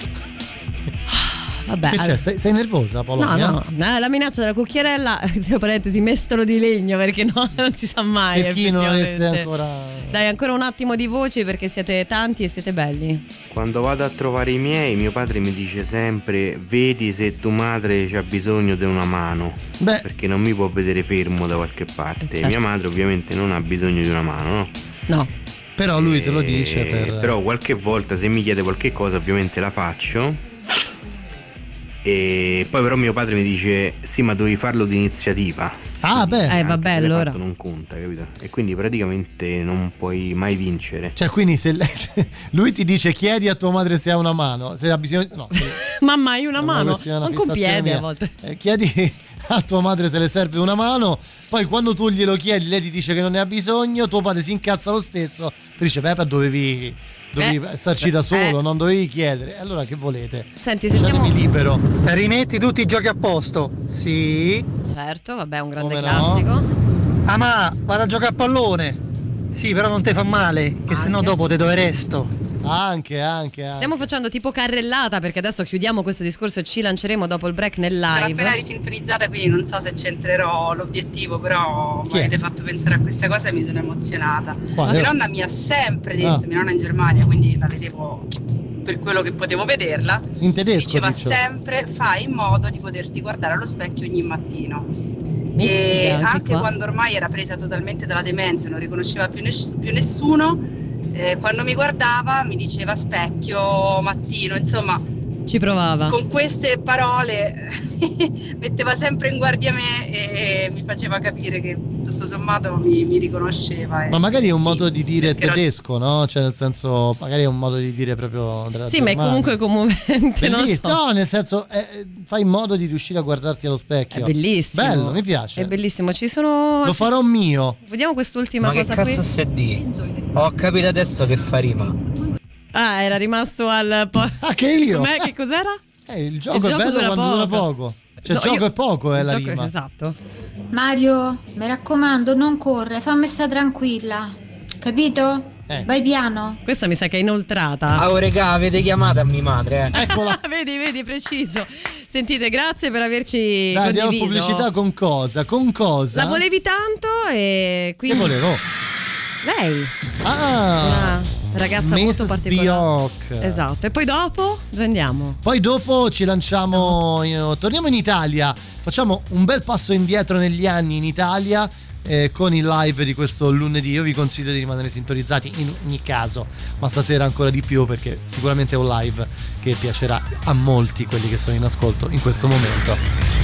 Vabbè, che c'è? Sei nervosa, Polonia? No, la minaccia della cucchiarella, tra parentesi, mestolo di legno, perché no, non si sa mai. Per chi non avesse ancora. Dai, ancora un attimo di voci perché siete tanti e siete belli. Quando vado a trovare i miei, mio padre mi dice sempre: vedi se tua madre c'ha bisogno di una mano. Perché non mi può vedere fermo da qualche parte. Certo. Mia madre ovviamente non ha bisogno di una mano, no? No. Però lui te lo dice Però qualche volta se mi chiede qualche cosa ovviamente la faccio. E poi però mio padre mi dice: sì, ma dovevi farlo d'iniziativa. Vabbè, allora non conta, capito? E quindi praticamente non puoi mai vincere. Cioè, quindi se lui ti dice chiedi a tua madre se ha una mano, se ha bisogno, no, ma mai una mano, non con piede a volte. Chiedi a tua madre se le serve una mano, poi quando tu glielo chiedi lei ti dice che non ne ha bisogno, tuo padre si incazza lo stesso, dice dovevi starci da solo, non dovevi chiedere. Allora che volete? Senti, sentiamo libero. Rimetti tutti i giochi a posto. Sì. Certo, vabbè, un grande classico. Ah, ma vado a giocare a pallone. Sì, però non te fa male, che sennò dopo te dove resto. Anche. Stiamo facendo tipo carrellata perché adesso chiudiamo questo discorso e ci lanceremo dopo il break nel live. Sono appena risintonizzata, quindi non so se c'entrerò l'obiettivo, però mi avete fatto pensare a questa cosa e mi sono emozionata. Mia nonna mi ha sempre detto, mia nonna è in Germania, quindi la vedevo per quello che potevo vederla. In tedesco diceva sempre: fai in modo di poterti guardare allo specchio ogni mattino. E anche quando ormai era presa totalmente dalla demenza, non riconosceva più nessuno, quando mi guardava mi diceva specchio, mattino, insomma ci provava. Con queste parole metteva sempre in guardia me e mi faceva capire che tutto sommato mi riconosceva. Ma magari è un modo di dire tedesco, no? Cioè nel senso, magari è un modo di dire proprio della Germania. Ma è comunque commovente, non so. No, nel senso, fai in modo di riuscire a guardarti allo specchio. È bellissimo. Bello, mi piace. È bellissimo, ci sono. Lo farò mio. Vediamo quest'ultima cosa qui. Ma che cazzo stai di? Ho capito adesso che fa rima. Era rimasto al che io? Che cos'era? Il gioco è bello quando dura poco. Cioè il gioco è poco, è la rima. Esatto. Mario, mi raccomando, non corre, fammi sta tranquilla. Capito? Vai piano. Questa mi sa che è inoltrata. Oh regà, avete chiamato a mia madre, Eccola. vedi, preciso. Sentite, grazie per averci condiviso. Diamo pubblicità con cosa? Con cosa? La volevi tanto e quindi. Che volevo? Lei. Una ragazza molto particolare. Bjork. Esatto. E poi dopo dove andiamo? Poi dopo ci lanciamo, torniamo in Italia, facciamo un bel passo indietro negli anni in Italia con il live di questo lunedì. Io vi consiglio di rimanere sintonizzati in ogni caso, ma stasera ancora di più perché sicuramente è un live che piacerà a molti quelli che sono in ascolto in questo momento.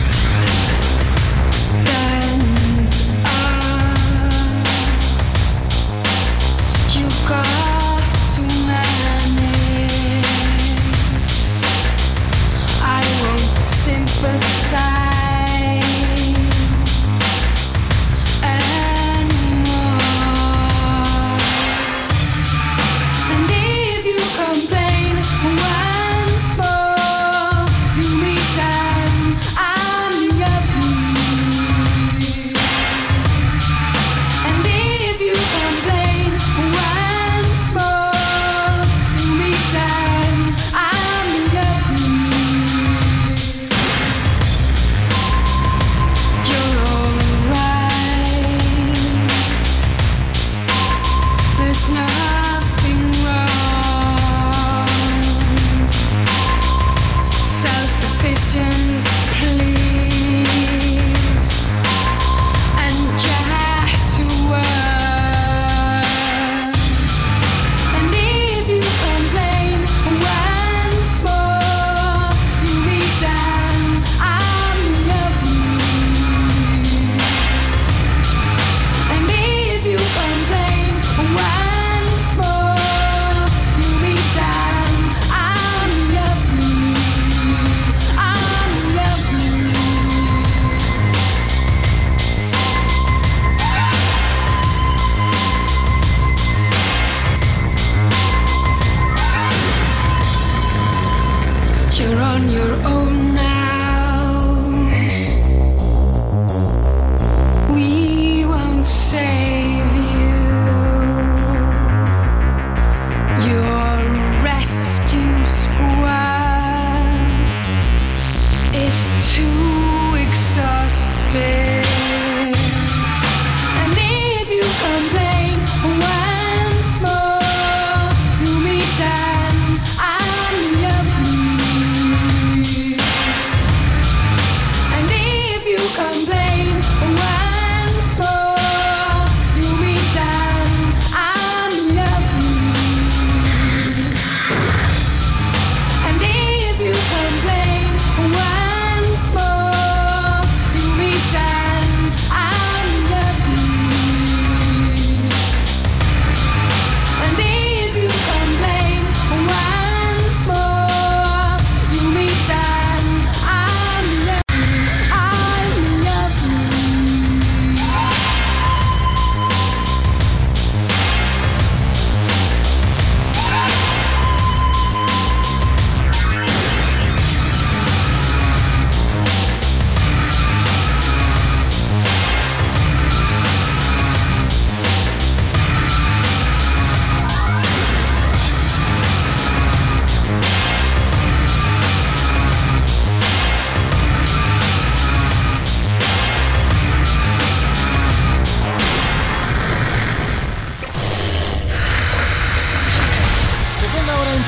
Complain once more, you meet them.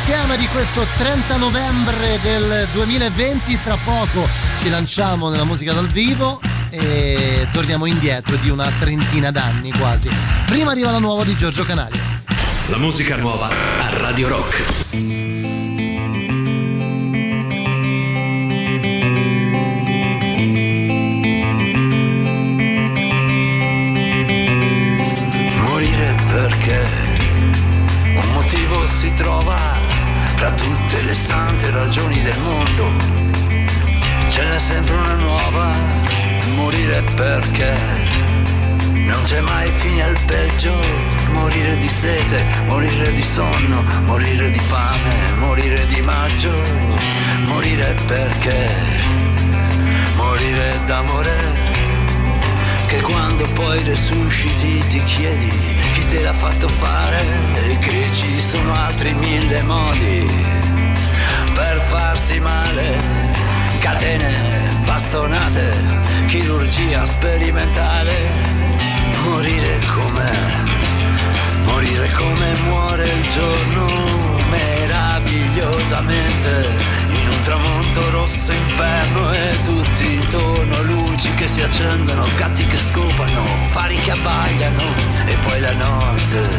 insieme di questo 30 novembre del 2020. Tra poco ci lanciamo nella musica dal vivo e torniamo indietro di una trentina d'anni quasi. Prima arriva la nuova di Giorgio Canali. La musica nuova a Radio Rock. Si trova fra tutte le sante ragioni del mondo, ce n'è sempre una nuova. Morire perché non c'è mai fine al peggio. Morire di sete, morire di sonno, morire di fame, morire di maggio. Morire perché morire d'amore, che quando poi resusciti ti chiedi chi te l'ha fatto fare e che ci sono altri 1000 modi per farsi male. Catene, bastonate, chirurgia sperimentale. Morire come muore il giorno, meravigliosamente, in un tramonto rosso inferno e tutti intorno luci che si accendono, gatti che scopano, fari che abbagliano e poi la notte,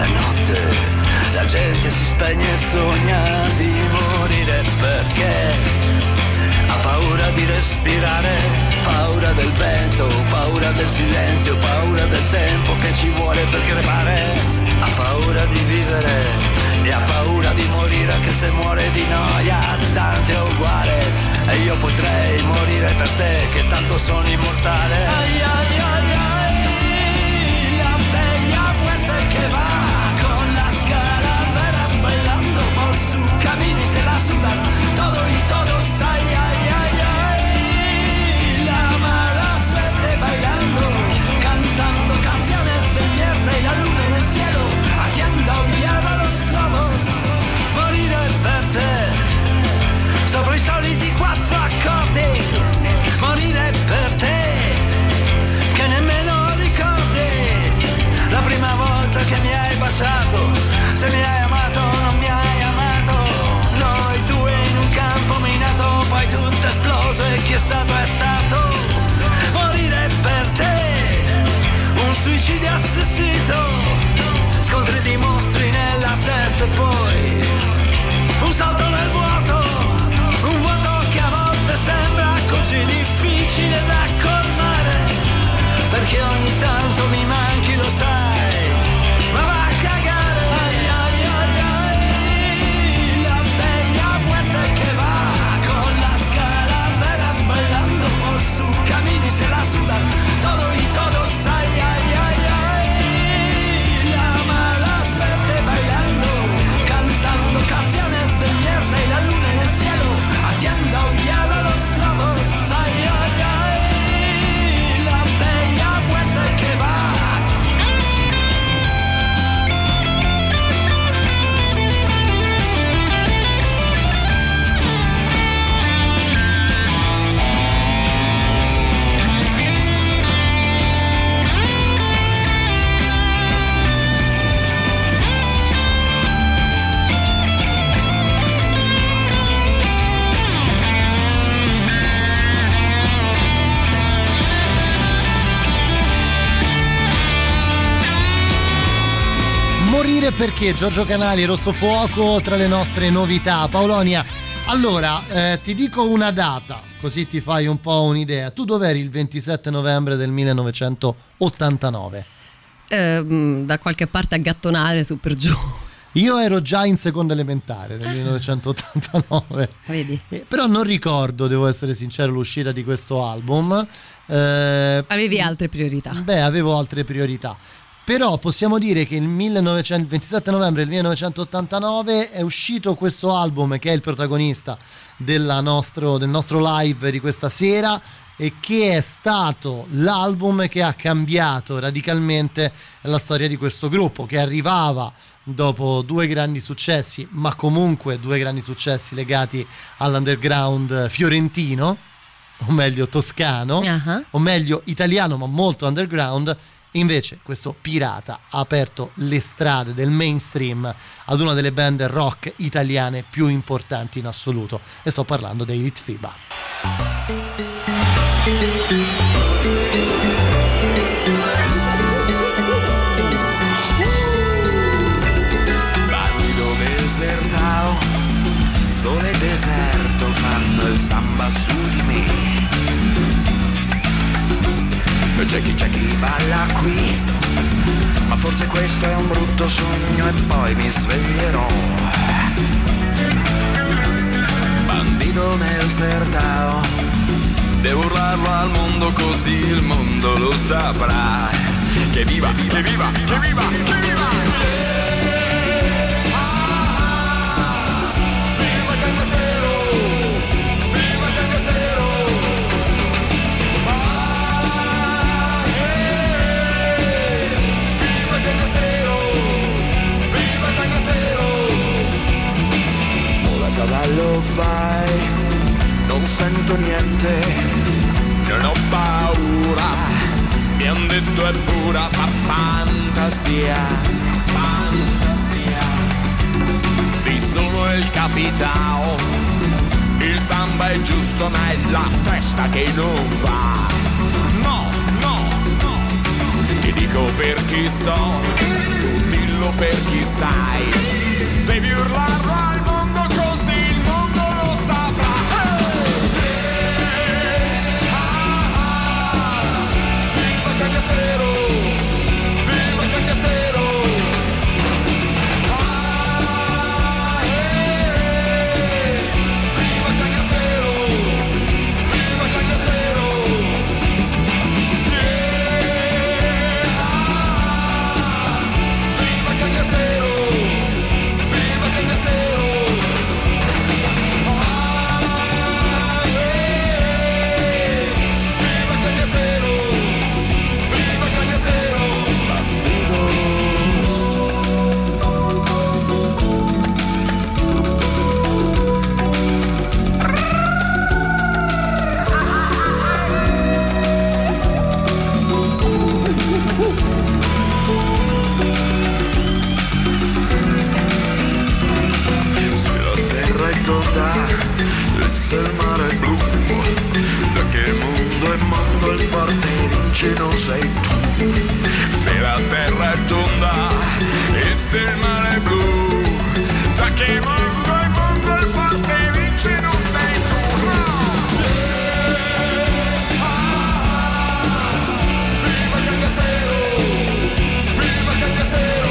la gente si spegne e sogna di morire perché ha paura di respirare, paura del vento, paura del silenzio, paura del tempo che ci vuole per crepare. Ha paura di vivere e ha paura di morire anche se muore di noia. Tanto è uguale e io potrei morire per te che tanto sono immortale. Ai ai ai ai, la bella puente che va con la scalavera bailando por su camini se la sudan todo y todos. Ay ay ay ay, la mala suerte bailando, cantando canciones de mierda y la luna en el cielo haciendo aullar a los lobos. Morire per te sopra i soliti 4 accordi. Morire per te che nemmeno ricordi la prima volta che mi hai baciato. Se mi hai amato o non mi hai amato, noi due in un campo minato, poi tutto esploso e chi è stato è stato. Morire per te, un suicidio assistito, scontri di mostri nella testa e poi un salto nel vuoto, un vuoto che a volte sembra così difficile da colmare, perché ogni tanto mi manchi, lo sai, ma va a cagare. Ai ai ai ai, la bella puente che va con la scalavera sbailando por su camini se la sudan todo y todos. Ay ay ay ay, la mala suerte bailando, cantando canciones de mierda y la luna en el cielo haciendo aullar a los lobos. Ay ay ay, la bella puente que va. Morire perché Giorgio Canali, Rosso Fuoco tra le nostre novità. Paolonia, allora ti dico una data così ti fai un po' un'idea. Tu dov'eri il 27 novembre del 1989? Da qualche parte a gattonare su per giù. Io ero già in seconda elementare nel 1989. Vedi? Però non ricordo, devo essere sincero, l'uscita di questo album. Avevi altre priorità? Beh, avevo altre priorità. Però possiamo dire che il 27 novembre del 1989 è uscito questo album che è il protagonista del nostro live di questa sera e che è stato l'album che ha cambiato radicalmente la storia di questo gruppo, che arrivava dopo 2 grandi successi, ma comunque 2 grandi successi legati all'underground fiorentino, o meglio toscano, o meglio italiano ma molto underground, Invece questo pirata ha aperto le strade del mainstream ad una delle band rock italiane più importanti in assoluto, e sto parlando dei Litfiba. Bandido del Sertao, sole e deserto fanno il samba su di me. C'è chi balla qui, ma forse questo è un brutto sogno e poi mi sveglierò. Bandido nel Sertao, devo urlarlo al mondo così il mondo lo saprà. Che viva, che viva, che viva, che viva! Viva Cangasero, viva Cangasero! Cavallo vai, non sento niente, non ho paura, mi han detto è pura, fa fantasia, fantasia. Sì, sono il capitao, il samba è giusto ma è la testa che non va. No, no, no, ti dico per chi sto, tu dillo per chi stai, devi urlarlo al mondo così il mondo lo saprà. Viva Cangasero, viva Cangasero. Viva Cangasero, viva Cangasero. Viva Cangasero, viva Cangasero. E se il mare è blu, da che mondo è mondo il forte vince non sei tu. Se la terra è tonda e se il mare è blu, da che mondo è mondo il forte vince non sei tu. Viva Cangasero, viva Cangasero.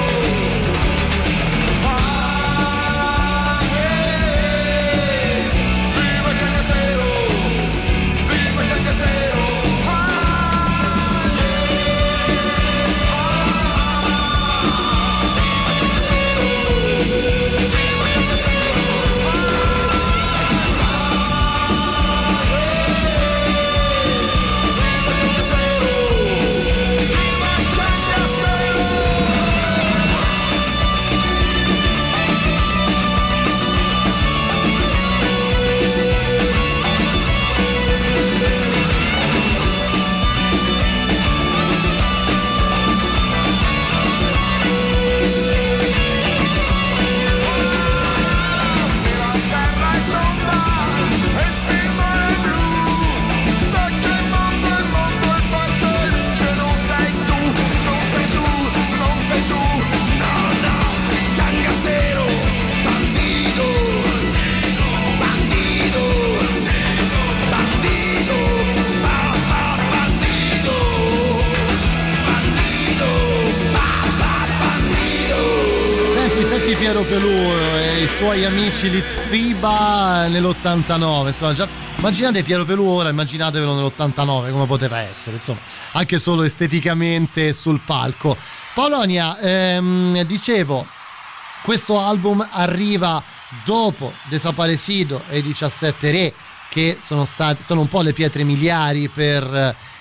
Piero Pelù e i suoi amici Litfiba nell'89, insomma, già immaginate Piero Pelù ora, immaginatevelo nell'89 come poteva essere, insomma, anche solo esteticamente sul palco. Polonia, dicevo, questo album arriva dopo Desaparecido e i 17 Re, che sono un po' le pietre miliari per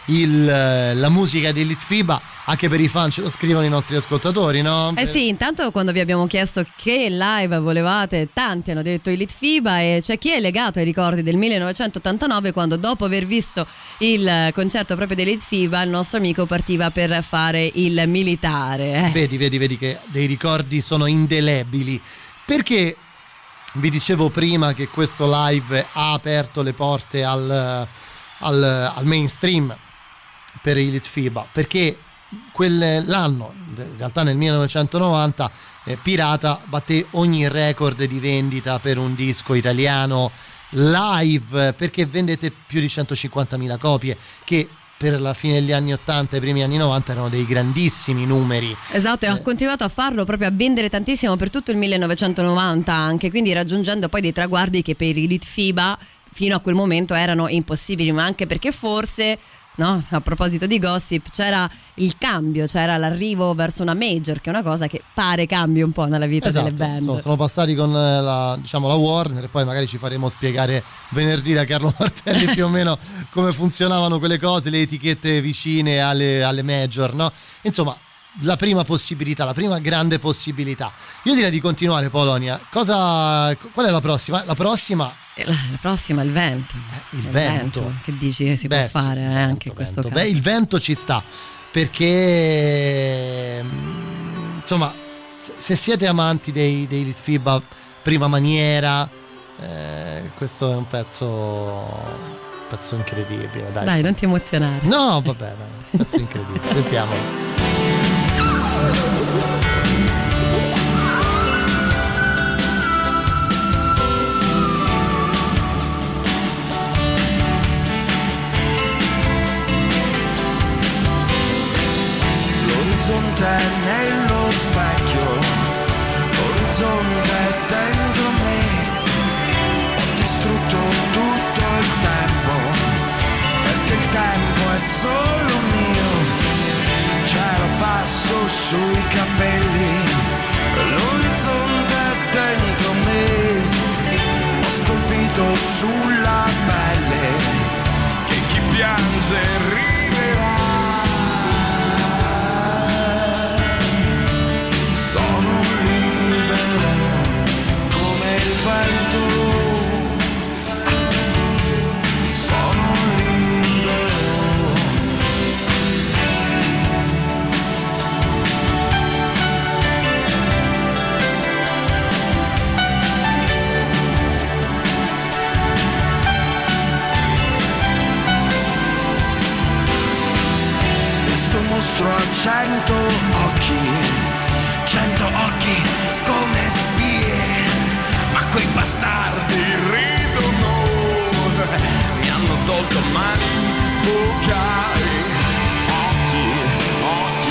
la musica di Litfiba, anche per i fan, ce lo scrivono i nostri ascoltatori, no? Sì, intanto quando vi abbiamo chiesto che live volevate, tanti hanno detto i Litfiba, e c'è chi è legato ai ricordi del 1989, quando dopo aver visto il concerto proprio dei Litfiba il nostro amico partiva per fare il militare. Vedi che dei ricordi sono indelebili, perché vi dicevo prima che questo live ha aperto le porte al mainstream per i Litfiba, perché quell'anno, in realtà nel 1990, Pirata batté ogni record di vendita per un disco italiano live, perché vendette più di 150.000 copie, che per la fine degli anni 80 e i primi anni 90 erano dei grandissimi numeri. Esatto, e ha continuato a farlo, proprio a vendere tantissimo per tutto il 1990 anche, quindi raggiungendo poi dei traguardi che per i Litfiba fino a quel momento erano impossibili, ma anche perché forse, no, a proposito di gossip, c'era il cambio, c'era l'arrivo verso una major, che è una cosa che pare cambi un po' nella vita delle band. Sono passati con la Warner, e poi magari ci faremo spiegare venerdì da Carlo Martelli più o meno come funzionavano quelle cose, le etichette vicine alle major, no? Insomma, la prima possibilità, la prima grande possibilità. Io direi di continuare, Polonia. Qual è la prossima? La prossima il vento. Il vento. Che dici? Si può fare anche in questo caso. Il vento ci sta, perché insomma, se siete amanti dei Litfiba prima maniera, questo è un pezzo incredibile. Dai, non ti emozionare. No, vabbè, dai, un pezzo incredibile. Sentiamolo. L'orizzonte nello specchio, l'orizzonte dentro me, ho distrutto tutto il tempo, perché il tempo è solo mio, cielo basso sui capelli, l'orizzonte dentro me, ho scolpito sulla pelle, che chi piange riderà. Sono libero come il vento, sono libero. Questo mostro ha 100 occhi come spie, ma quei bastardi ridono, mi hanno tolto mani, bocca e occhi, occhi,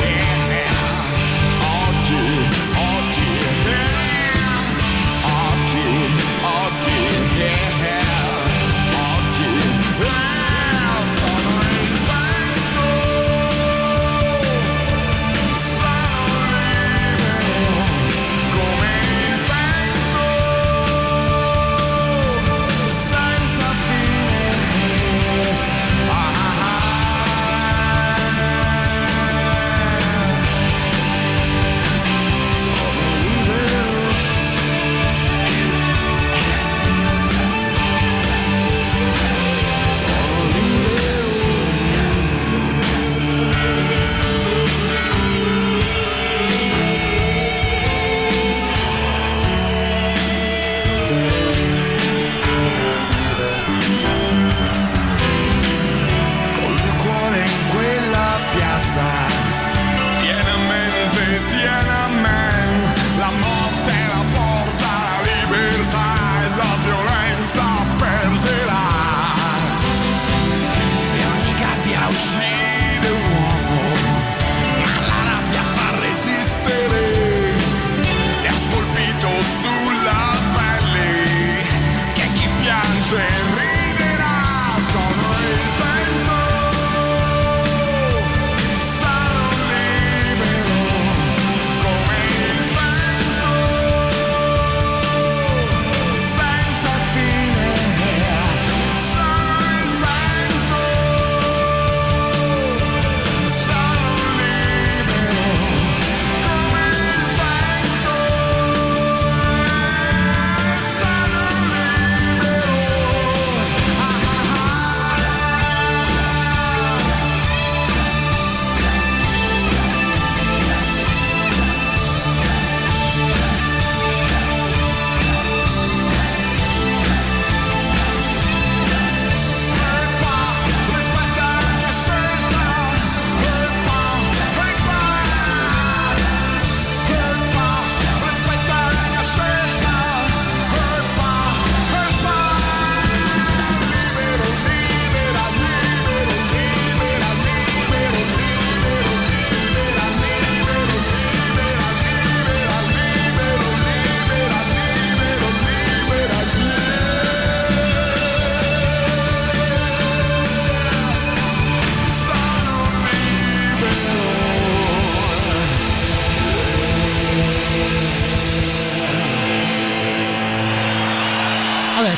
sono il vento, sono libero come il vento, senza fine. Sono libero. Sono libero. Col mio cuore in quella piazza, tieni a me, la morte la porta, la libertà e la violenza perderà. E ogni gabbia uccide un uomo, ma la rabbia fa resistere, e ha scolpito sulla pelle che chi piange riderà. Sono il vento, sono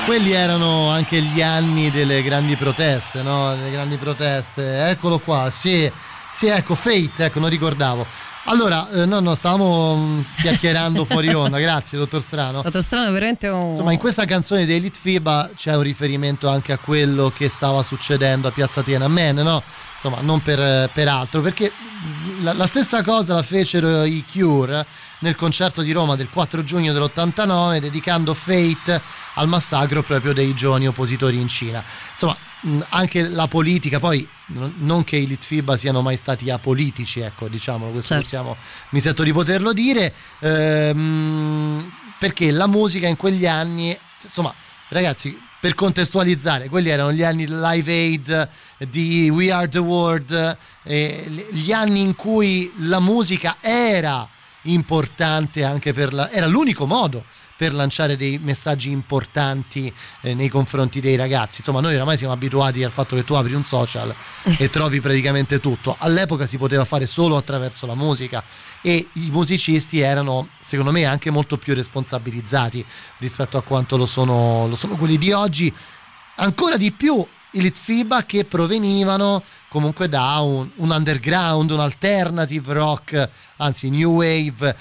Quelli erano anche gli anni delle grandi proteste, no? Delle grandi proteste. Eccolo qua, sì, ecco, Fate, ecco, non ricordavo. Allora, no, stavamo chiacchierando fuori onda, grazie dottor Strano. Dottor Strano, veramente Insomma, in questa canzone dei Litfiba c'è un riferimento anche a quello che stava succedendo a Piazza Tiananmen, no? Insomma, non per altro, perché la stessa cosa la fecero i Cure nel concerto di Roma del 4 giugno dell'89, dedicando Fate al massacro proprio dei giovani oppositori in Cina. Insomma, anche la politica, poi non che i Litfiba siano mai stati apolitici, ecco, diciamo, questo certo. Mi sento di poterlo dire, perché la musica in quegli anni, insomma, ragazzi, per contestualizzare, quelli erano gli anni del Live Aid, di We Are the World, gli anni in cui la musica era importante anche era l'unico modo per lanciare dei messaggi importanti nei confronti dei ragazzi. Insomma, noi oramai siamo abituati al fatto che tu apri un social e trovi praticamente tutto. All'epoca si poteva fare solo attraverso la musica e i musicisti erano, secondo me, anche molto più responsabilizzati rispetto a quanto lo sono quelli di oggi, ancora di più i Litfiba, che provenivano comunque da un underground, un alternative rock, anzi new wave,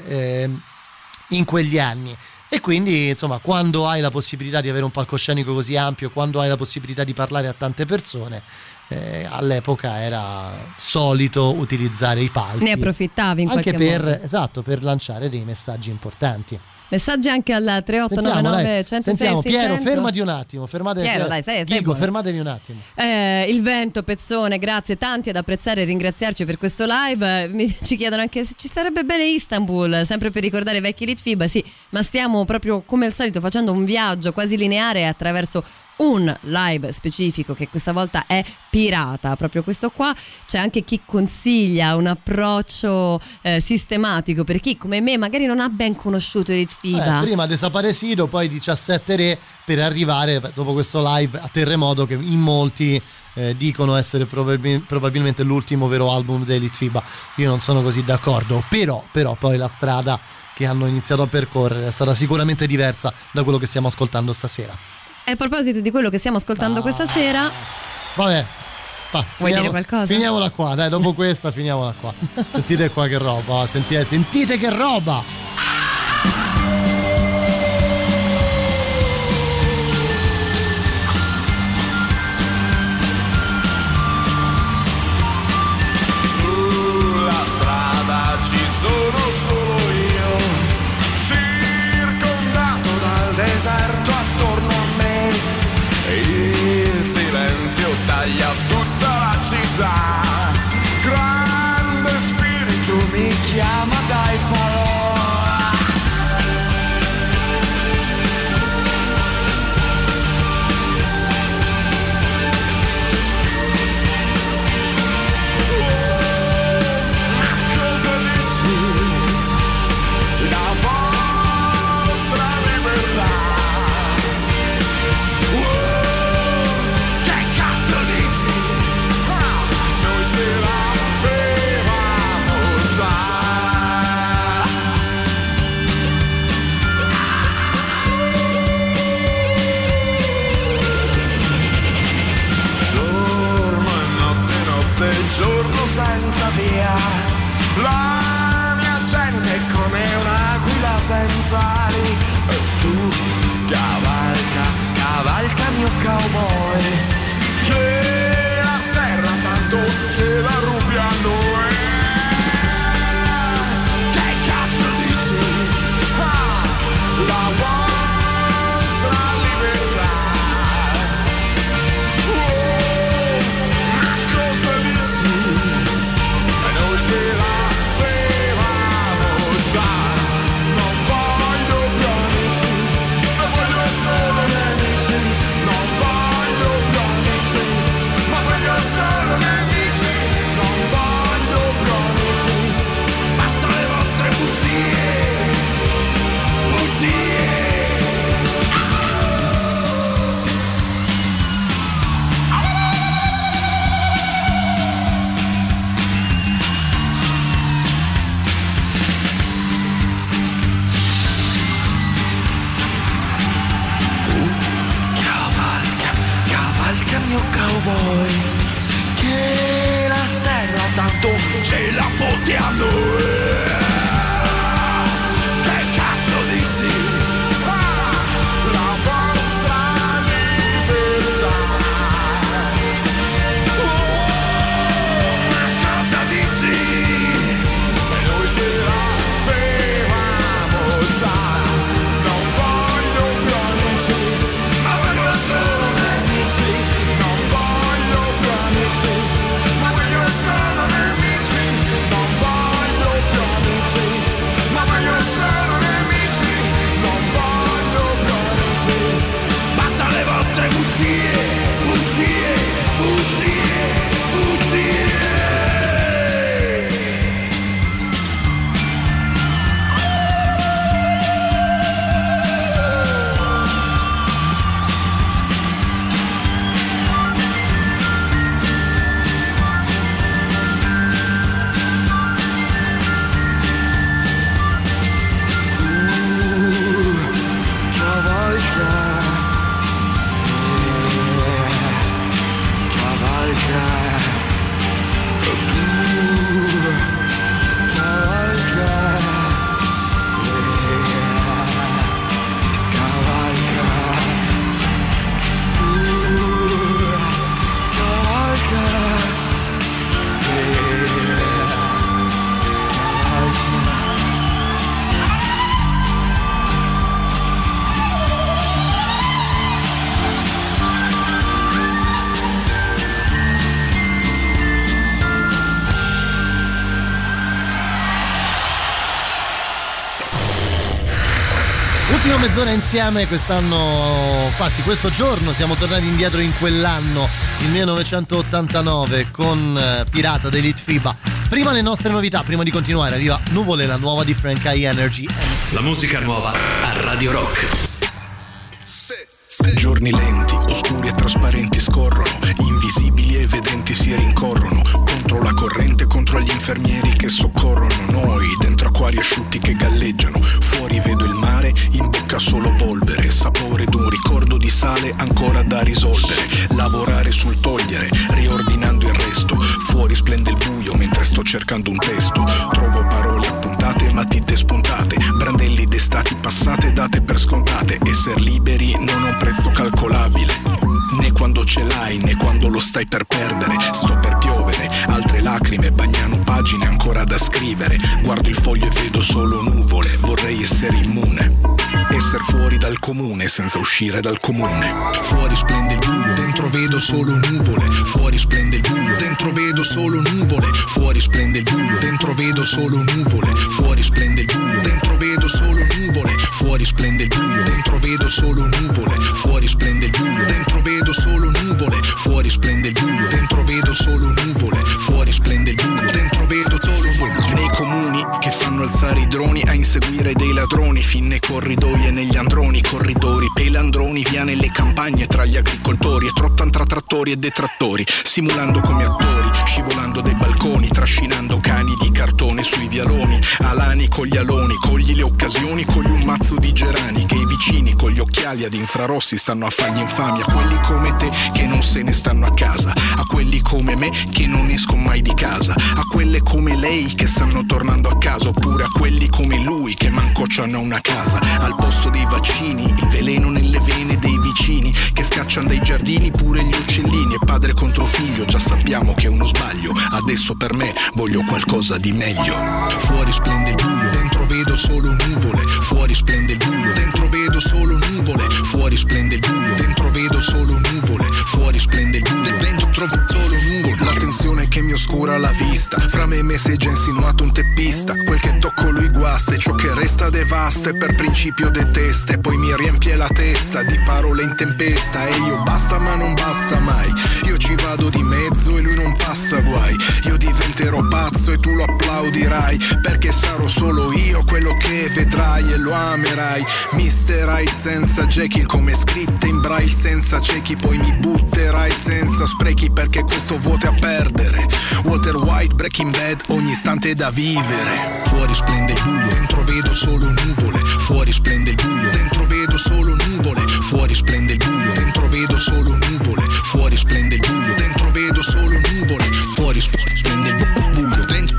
in quegli anni. E quindi, insomma, quando hai la possibilità di avere un palcoscenico così ampio, quando hai la possibilità di parlare a tante persone, all'epoca era solito utilizzare i palchi. Ne approfittavi in anche qualche modo. Esatto, per lanciare dei messaggi importanti. Messaggi anche al 3899 106 Sentiamo, 600. Piero, fermati un attimo. Piero, dai, Dico, fermatevi un attimo. Il vento, Pezzone, grazie, tanti ad apprezzare e ringraziarci per questo live. Ci chiedono anche se ci sarebbe bene Istanbul, sempre per ricordare i vecchi Litfiba. Sì, ma stiamo proprio come al solito facendo un viaggio quasi lineare attraverso un live specifico, che questa volta è pirata, proprio questo qua. C'è anche chi consiglia un approccio sistematico per chi come me magari non ha ben conosciuto i Litfiba. Prima Desaparecido, poi 17 Re, per arrivare dopo questo live a Terremoto, che in molti dicono essere probabilmente l'ultimo vero album dei Litfiba. Io non sono così d'accordo, però poi la strada che hanno iniziato a percorrere è stata sicuramente diversa da quello che stiamo ascoltando stasera. E a proposito di quello che stiamo ascoltando questa sera, vabbè, vuoi dire qualcosa? Finiamola qua, dai, dopo questa finiamola qua. Sentite qua che roba, sentite che roba. Sulla strada ci sono solo io, circondato dal deserto attorno a me. Il silenzio taglia tutta la città. Grande spirito mi chiama dai falò. Cosa dici? La vostra libertà. Noi ce l'avevamo già. Giorno e notte, notte e giorno senza via. La mia gente è come un'aquila senza ali. E tu cavalca mio cowboy, che la terra tanto ce la rubi a noi. Che cazzo dici? La vostra libertà. Ma cosa dici? Noi ce l'avevamo già. Non voglio più amici, ma voglio solo nemici. Non voglio più amici, ma voglio solo nemici. Non voglio ce la fottiamo. Che cazzo dici? La vostra libertà. Ma cosa dici? E noi ce l'avevamo già. Non voglio più amici, ma voglio solo nemici. Non voglio più amici, ma voglio solo nemici. Non voglio più amici, ma voglio solo nemici. Non voglio più amici. Basta le vostre bugie, bugie, bugie, bugie. Ultima mezz'ora insieme quest'anno, quasi questo giorno siamo tornati indietro in quell'anno, il 1989, con Pirata dei Litfiba. Prima le nostre novità, prima di continuare arriva Nuvole, la nuova di Frank High Energy. La musica nuova a Radio Rock. Giorni lenti, oscuri e trasparenti scorrono, invisibili e vedenti si rincorrono, contro la corrente, contro gli infermieri che soccorrono noi, dentro acquari asciutti che galleggiano, fuori vedo il mare, in bocca solo polvere, sapore d'un ricordo di sale ancora da risolvere, lavorare sul togliere, riordinando il resto, fuori splende il buio mentre sto cercando un testo, trovo parole appuntate, matite spuntate, brandelli d'estati passate date per scontate, esser liberi non ha un prezzo calcolabile, né quando ce l'hai né quando lo stai per perdere, sto per piovere, altre lacrime bagnano pagine ancora da scrivere, guardo il foglio e vedo solo nuvole, vorrei essere immune, esser fuori dal comune senza uscire dal comune, fuori splende il buio, dentro vedo solo nuvole, fuori splende il buio, dentro vedo solo nuvole, fuori splende il buio, dentro vedo solo nuvole, fuori splende il buio, dentro vedo solo nuvole, fuori splende il buio, dentro vedo solo nuvole, fuori splende il buio, dentro vedo solo nuvole, fuori splende il buio, dentro vedo solo nuvole, fuori splende il buio, dentro vedo solo nuvole, nei comuni che fanno alzare i droni a inseguire dei ladroni, fin nei corridoi e negli androni, corridori, pelandroni, via nelle campagne tra gli agricoltori e trottan tra trattori e detrattori, simulando come attori, scivolando dai balconi, trascinando cani di cartone sui vialoni, alani con gli aloni, cogli le occasioni, cogli un mazzo di gerani, che i vicini con gli occhiali ad infrarossi stanno a fargli infami, a quelli come te che non se ne stanno a casa, a quelli come me che non escono mai di casa, a quelle come lei che stanno tornando a casa, oppure a quelli come lui che manco c'hanno una casa, al posto dei vaccini, il veleno nelle vene dei vicini che scacciano dai giardini pure gli uccellini, e padre contro figlio già sappiamo che è uno sbaglio, adesso per me voglio qualcosa di meglio, fuori splende il buio, dentro vedo solo nuvole, fuori splende il buio, dentro vedo solo nuvole, fuori splende il buio, dentro vedo solo nuvole, fuori splende il buio, dentro trovo solo nuvole, la tensione che mi oscura la vista, fra me e me si è già insinuato un teppista, quel che tocco lui guasta e ciò che resta devasta e per principio detesta, e poi mi riempie la testa di parole in tempesta, e io basta ma non basta mai, io ci vado di mezzo e lui non passa guai, io diventerò pazzo e tu lo applaudirai, perché sarò solo io quello che vedrai e lo amerai, Mr. Hyde senza Jekyll come scritte in braille senza ciechi, poi mi butterai senza sprechi perché questo vuoto è a perdere, Walter White, Breaking Bad, ogni istante è da vivere, fuori splende il buio, dentro vedo solo nuvole, fuori splende il buio, dentro vedo solo nuvole, fuori splende il buio, dentro vedo solo nuvole, fuori splende il buio, dentro vedo solo nuvole, fuori splende il buio, dentro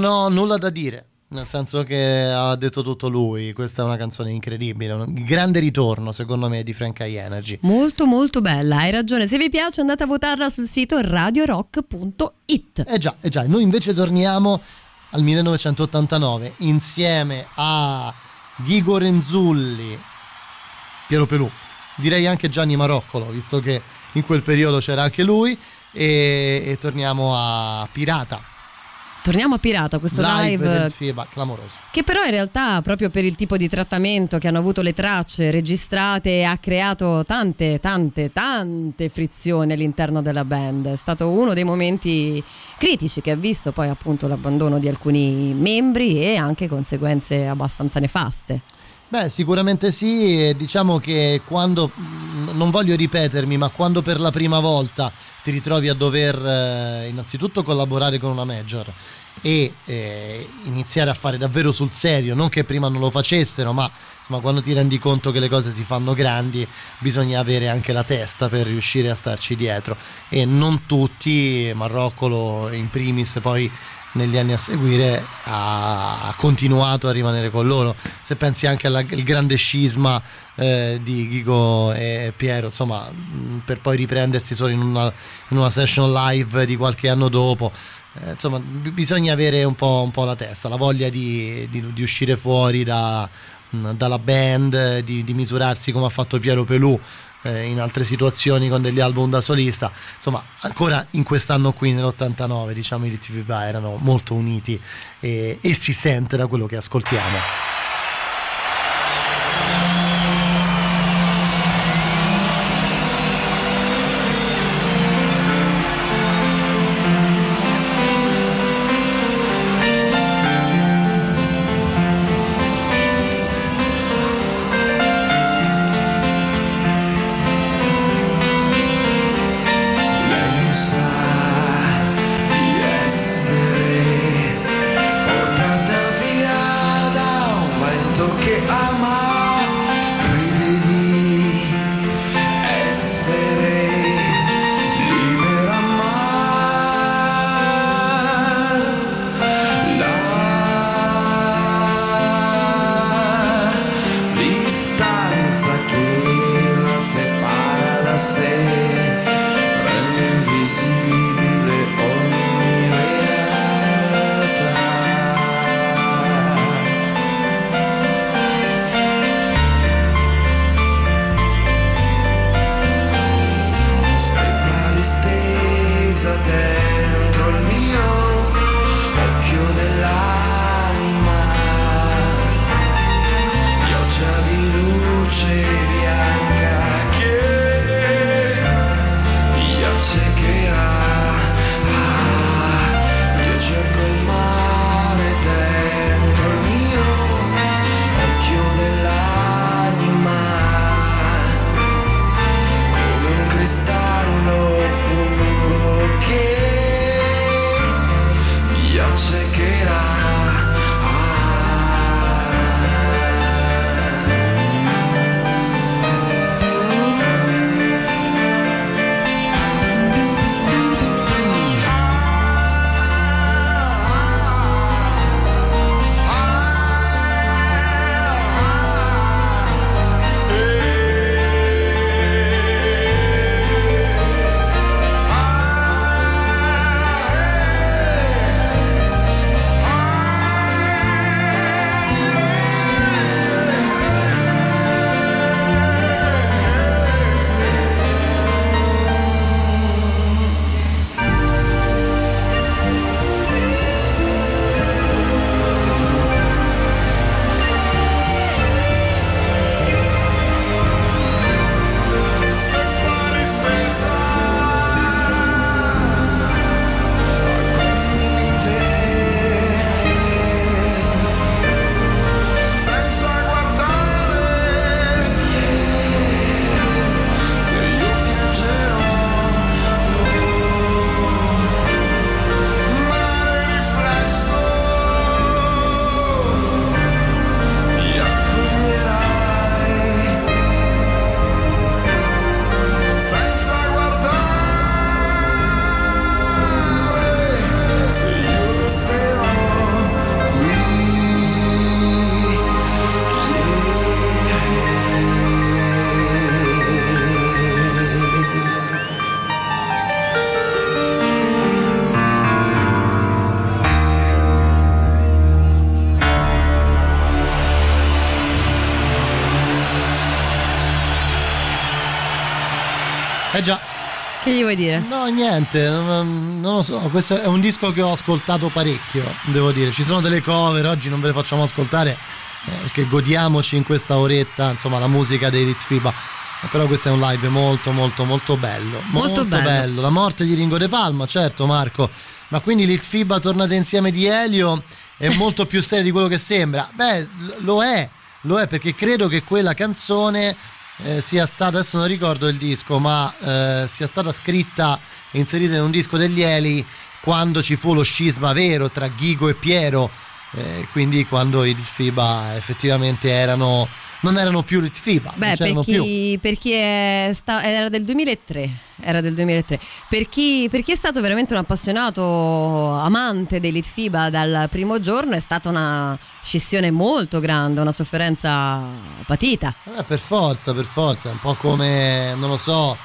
non ho nulla da dire, nel senso che ha detto tutto lui. Questa è una canzone incredibile, un grande ritorno secondo me di Frank High Energy. Molto molto bella, hai ragione, se vi piace andate a votarla sul sito radiorock.it. Eh già, noi invece torniamo al 1989 insieme a Ghigo Renzulli, Piero Pelù, direi anche Gianni Maroccolo, visto che in quel periodo c'era anche lui, e torniamo a Pirata. Torniamo a Pirata, questo live del FIBA, clamoroso. Che però in realtà proprio per il tipo di trattamento che hanno avuto le tracce registrate ha creato tante frizioni all'interno della band. È stato uno dei momenti critici che ha visto poi appunto l'abbandono di alcuni membri e anche conseguenze abbastanza nefaste. Beh, sicuramente sì, diciamo che quando, non voglio ripetermi, ma quando per la prima volta ti ritrovi a dover innanzitutto collaborare con una major e iniziare a fare davvero sul serio, non che prima non lo facessero, ma insomma quando ti rendi conto che le cose si fanno grandi bisogna avere anche la testa per riuscire a starci dietro, e non tutti, Marroccolo in primis, poi negli anni a seguire ha continuato a rimanere con loro. Se pensi anche al grande scisma di Ghigo e Piero, insomma, per poi riprendersi solo in una session live di qualche anno dopo, insomma bisogna avere un po' la testa, la voglia di uscire fuori dalla band, di misurarsi come ha fatto Piero Pelù in altre situazioni con degli album da solista. Insomma, ancora in quest'anno qui nell'89 diciamo i Litfiba erano molto uniti e si sente da quello che ascoltiamo. già. Che gli vuoi dire? No, niente, non lo so, questo è un disco che ho ascoltato parecchio, devo dire. Ci sono delle cover, oggi non ve le facciamo ascoltare perché godiamoci in questa oretta, insomma, la musica dei Litfiba. Però questo è un live molto molto molto bello. Molto bello. La morte di Ringo De Palma, certo Marco, ma quindi Litfiba tornate insieme di Elio è molto più seria di quello che sembra. Beh, lo è perché credo che quella canzone sia stata, adesso non ricordo il disco, ma sia stata scritta e inserita in un disco degli Eli quando ci fu lo scisma vero tra Ghigo e Piero, quindi quando i Litfiba effettivamente non erano più Litfiba. Beh, per chi era del 2003. Per chi è stato veramente un appassionato amante dei Litfiba dal primo giorno, è stata una scissione molto grande, una sofferenza patita. Per forza, è un po' come, non lo so,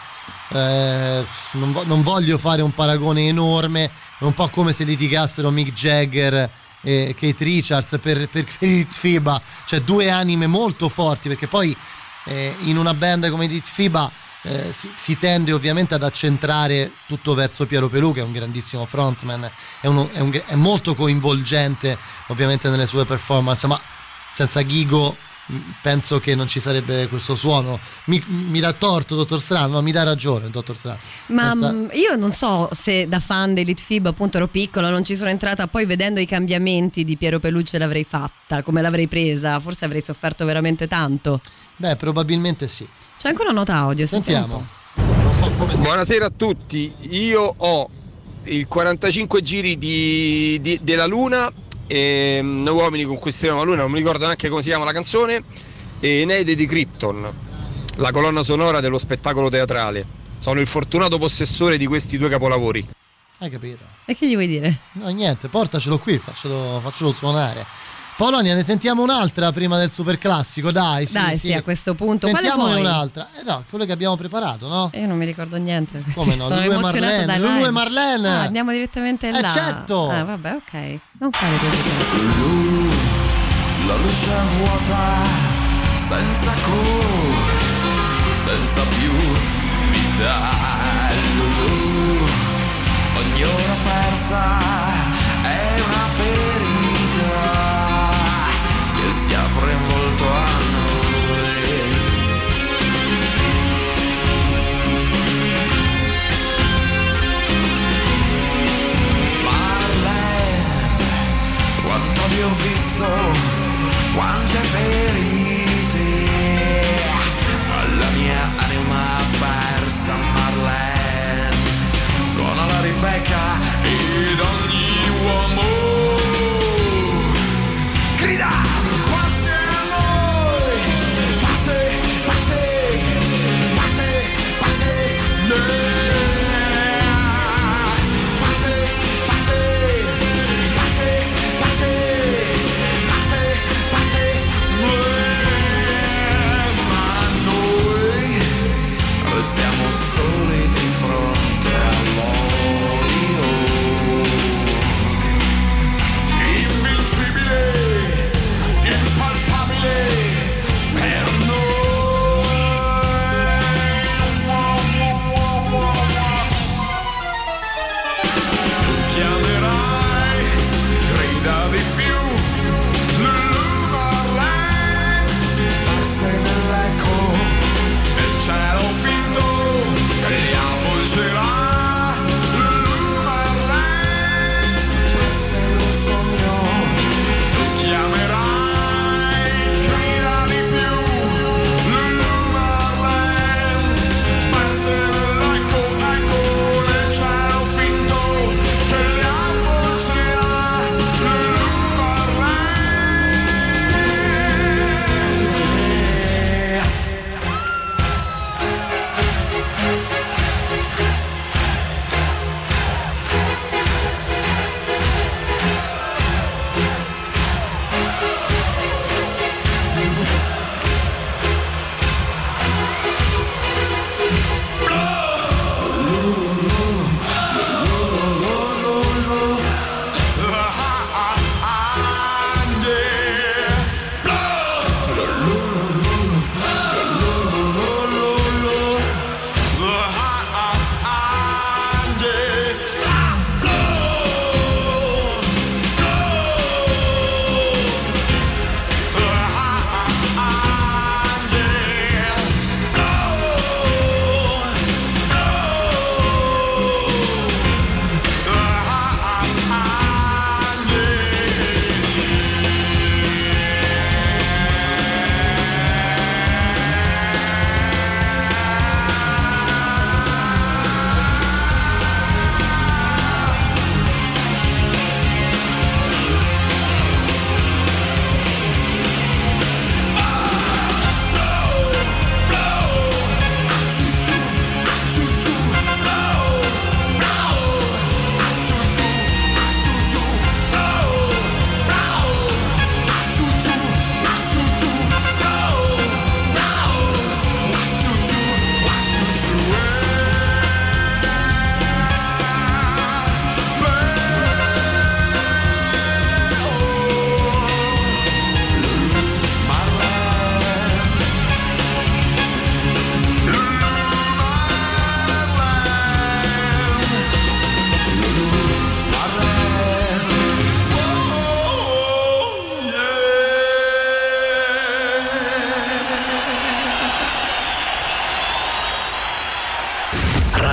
non voglio fare un paragone enorme, è un po' come se litigassero Mick Jagger e Keith Richards per i Litfiba, cioè due anime molto forti, perché poi in una band come i Litfiba si tende ovviamente ad accentrare tutto verso Piero Pelù, che è un grandissimo frontman, è molto coinvolgente ovviamente nelle sue performance, ma senza Ghigo penso che non ci sarebbe questo suono. Mi dà torto dottor Strano, no, mi dà ragione dottor Strano, ma io non so se da fan dei Litfiba, appunto ero piccola, non ci sono entrata, poi vedendo i cambiamenti di Piero Pelù l'avrei fatta, come l'avrei presa, forse avrei sofferto veramente tanto. Beh, probabilmente sì. C'è ancora nota audio, sentiamo. Buonasera a tutti, io ho il 45 giri della Luna, Noi uomini conquisteremo la Luna, non mi ricordo neanche come si chiama la canzone, e Eneide di Krypton, la colonna sonora dello spettacolo teatrale. Sono il fortunato possessore di questi due capolavori. Hai capito? E che gli vuoi dire? No, niente, portacelo qui, faccelo suonare. Polonia, ne sentiamo un'altra prima del super classico, dai. Sì, a questo punto. Sentiamone un'altra. No, quello che abbiamo preparato, no? Io non mi ricordo niente. Come no? Lulu e Marlene. Andiamo direttamente là. Certo. Vabbè, ok. Non fare così. La luce è vuota, senza colore, senza più vita. Ogni ora persa è una ferita che si apre in volto a noi. Marlene, quanto ti ho visto, quante ferite alla mia anima persa. Marlene, suona la Rebecca ed ogni uomo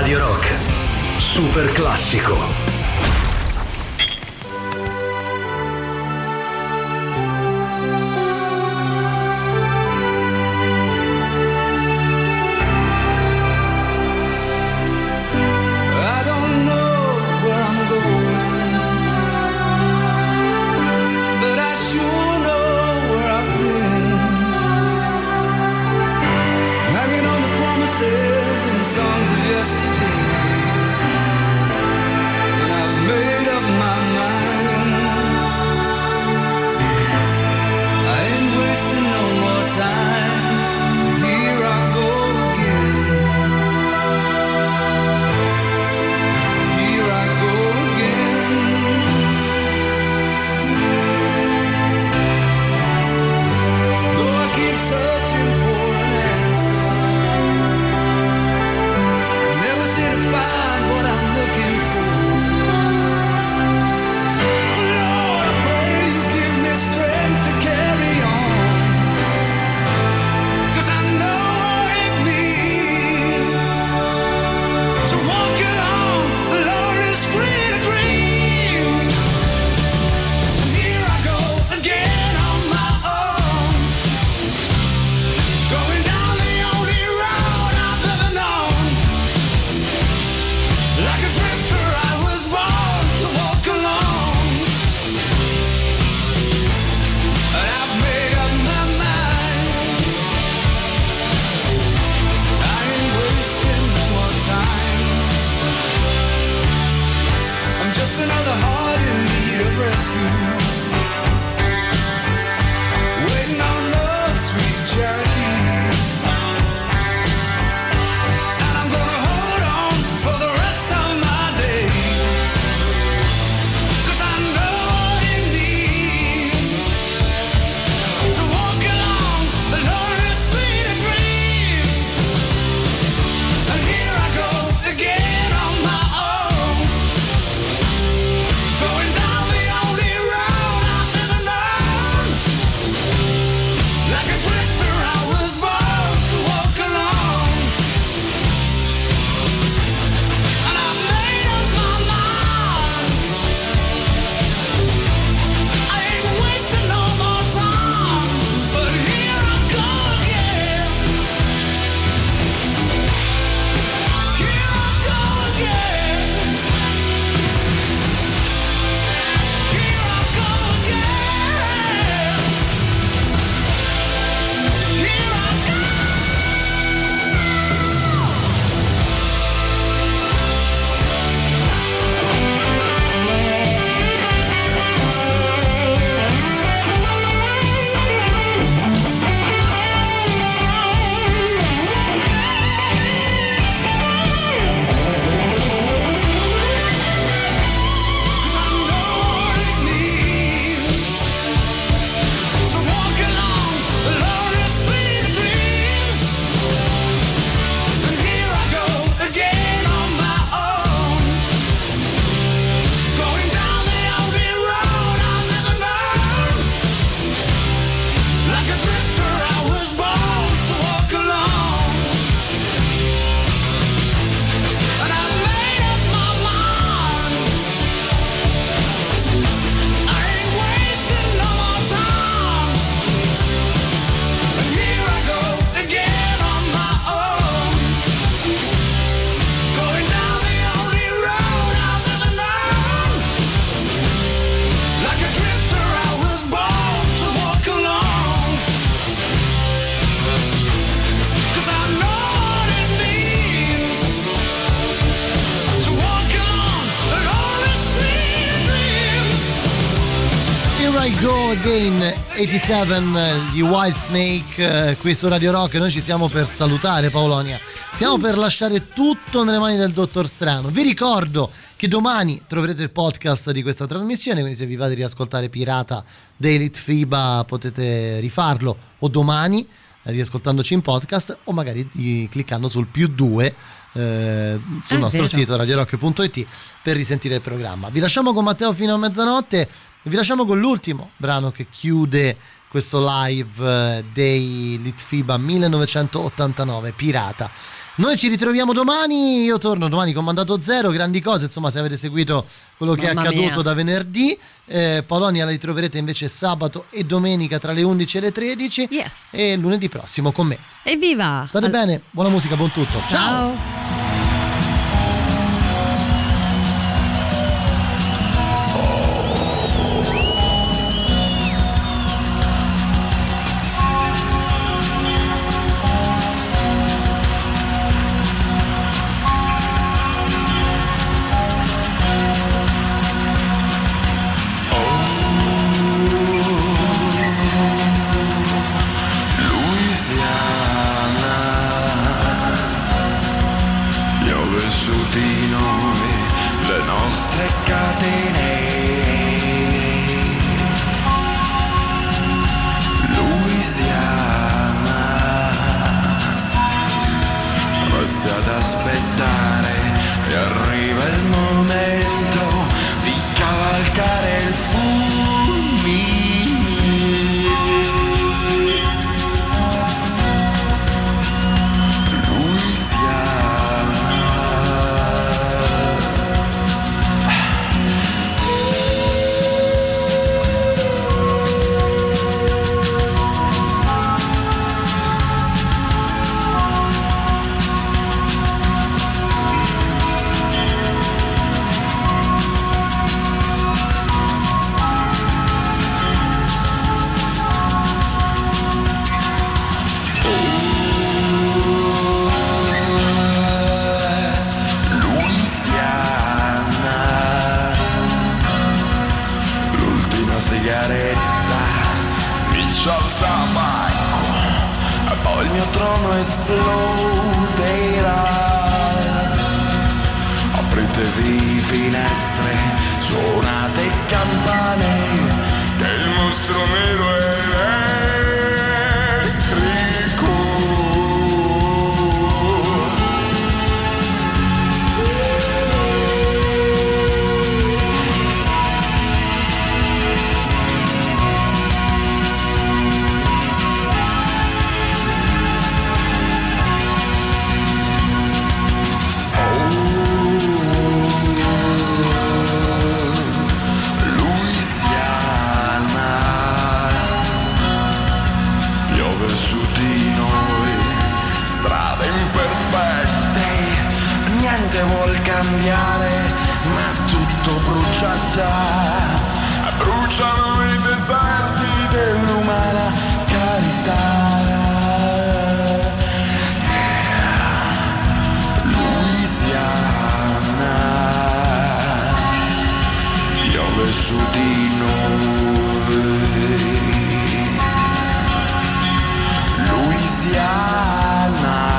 Radio Rock, super classico. And songs of yesterday, and I've made up my mind. I ain't wasting no more time. Here I go again. Here I go again. Though I keep searching for an answer, to find what I'm looking for. Lord, I pray you give me strength to carry on, 'cause I know it means to walk along the lonely street of dreams. Here I go again on my own, going down the only road I've ever known. Like a drifter I was born to walk alone, and I've made up my mind. I ain't wasting no more time. I'm just another heart in need of rescue, waiting on love's sweet charity. And I'm gonna hold on for the rest of my days, 'cause I know what it means to walk along the lonely street of dreams. And here I go again on my own, going down the only road I've ever known. Like a drifter I was born to walk alone, and I've made up my mind. I ain't wasting no more time, but here I go again. Here I go again. Here I go again. Here I go. Cause I know what it means to walk along the lonely street of dreams. And here I go again on my own, going down the only road I've ever known. Like a drifter I was born to walk alone, and I've made up my mind. I ain't wasting no more time. And here I go again on my own, going down the only road I've ever known. Like a drifter I was born to walk alone, 'cause I know what it means to walk along the lonely street of dreams. Here I go again, 87, gli Whitesnake, qui su Radio Rock. Noi ci siamo per salutare, Paolonia. Stiamo per lasciare tutto nelle mani del Dottor Strano. Vi ricordo che domani troverete il podcast di questa trasmissione, quindi se vi va di riascoltare Pirata dei Litfiba potete rifarlo o domani riascoltandoci in podcast, o magari cliccando sul +2 sul nostro sito radiorock.it per risentire il programma. Vi lasciamo con Matteo fino a mezzanotte. Vi lasciamo con l'ultimo brano che chiude questo live dei Litfiba 1989, Pirata. Noi ci ritroviamo domani, io torno domani con Mandato Zero, grandi cose, insomma, se avete seguito quello che è accaduto da venerdì. Polonia la ritroverete invece sabato e domenica tra le 11 e le 13. Yes. E lunedì prossimo con me. Evviva! State bene, buona musica, buon tutto. Ciao. Ad aspettare e arriva il momento di cavalcare il sigaretta, mi salta tabacco e poi il mio trono esploderà. Apritevi finestre, suonate campane, che il mostro nero è elettrico. Vuol cambiare, ma tutto brucia già, bruciano i deserti dell'umana carità. Louisiana, piove su di noi. Louisiana.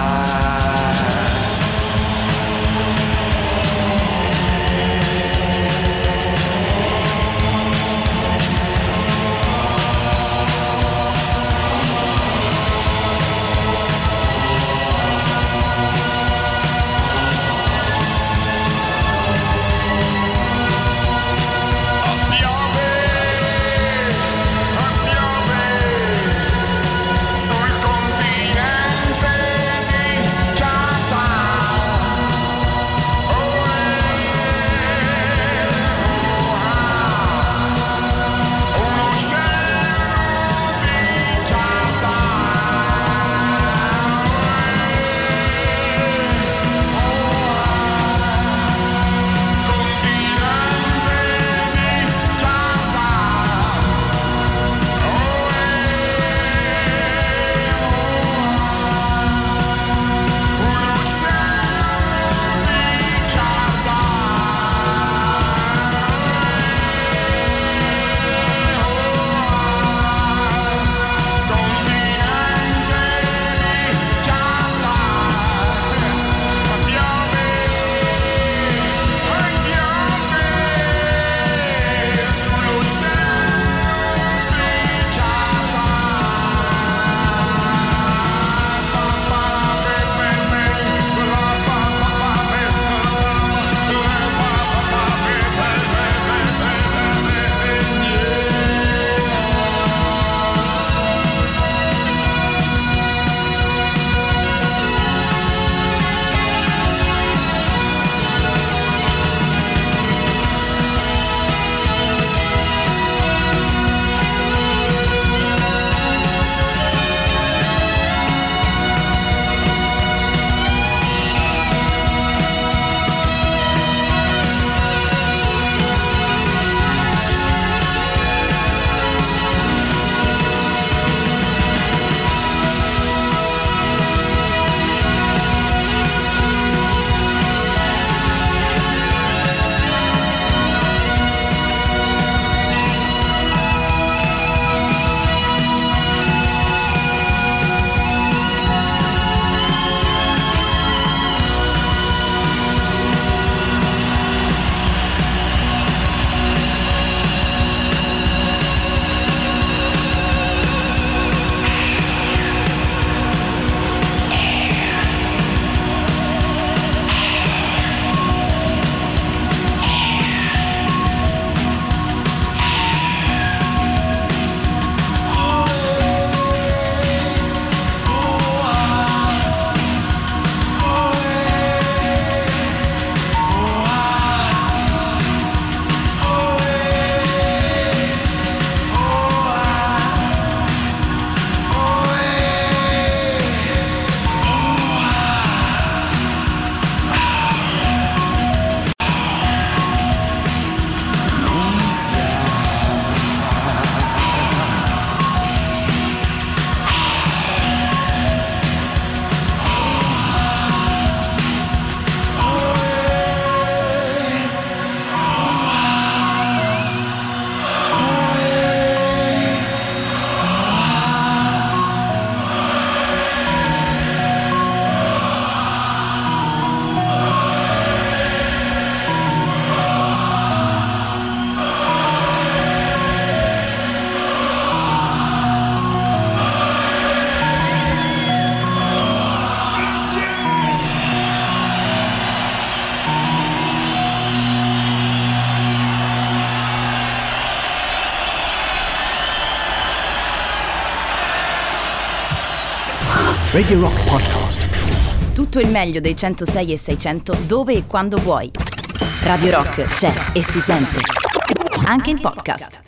Radio Rock Podcast. Tutto il meglio dei 106 e 600 dove e quando vuoi. Radio Rock c'è e si sente. Anche in podcast.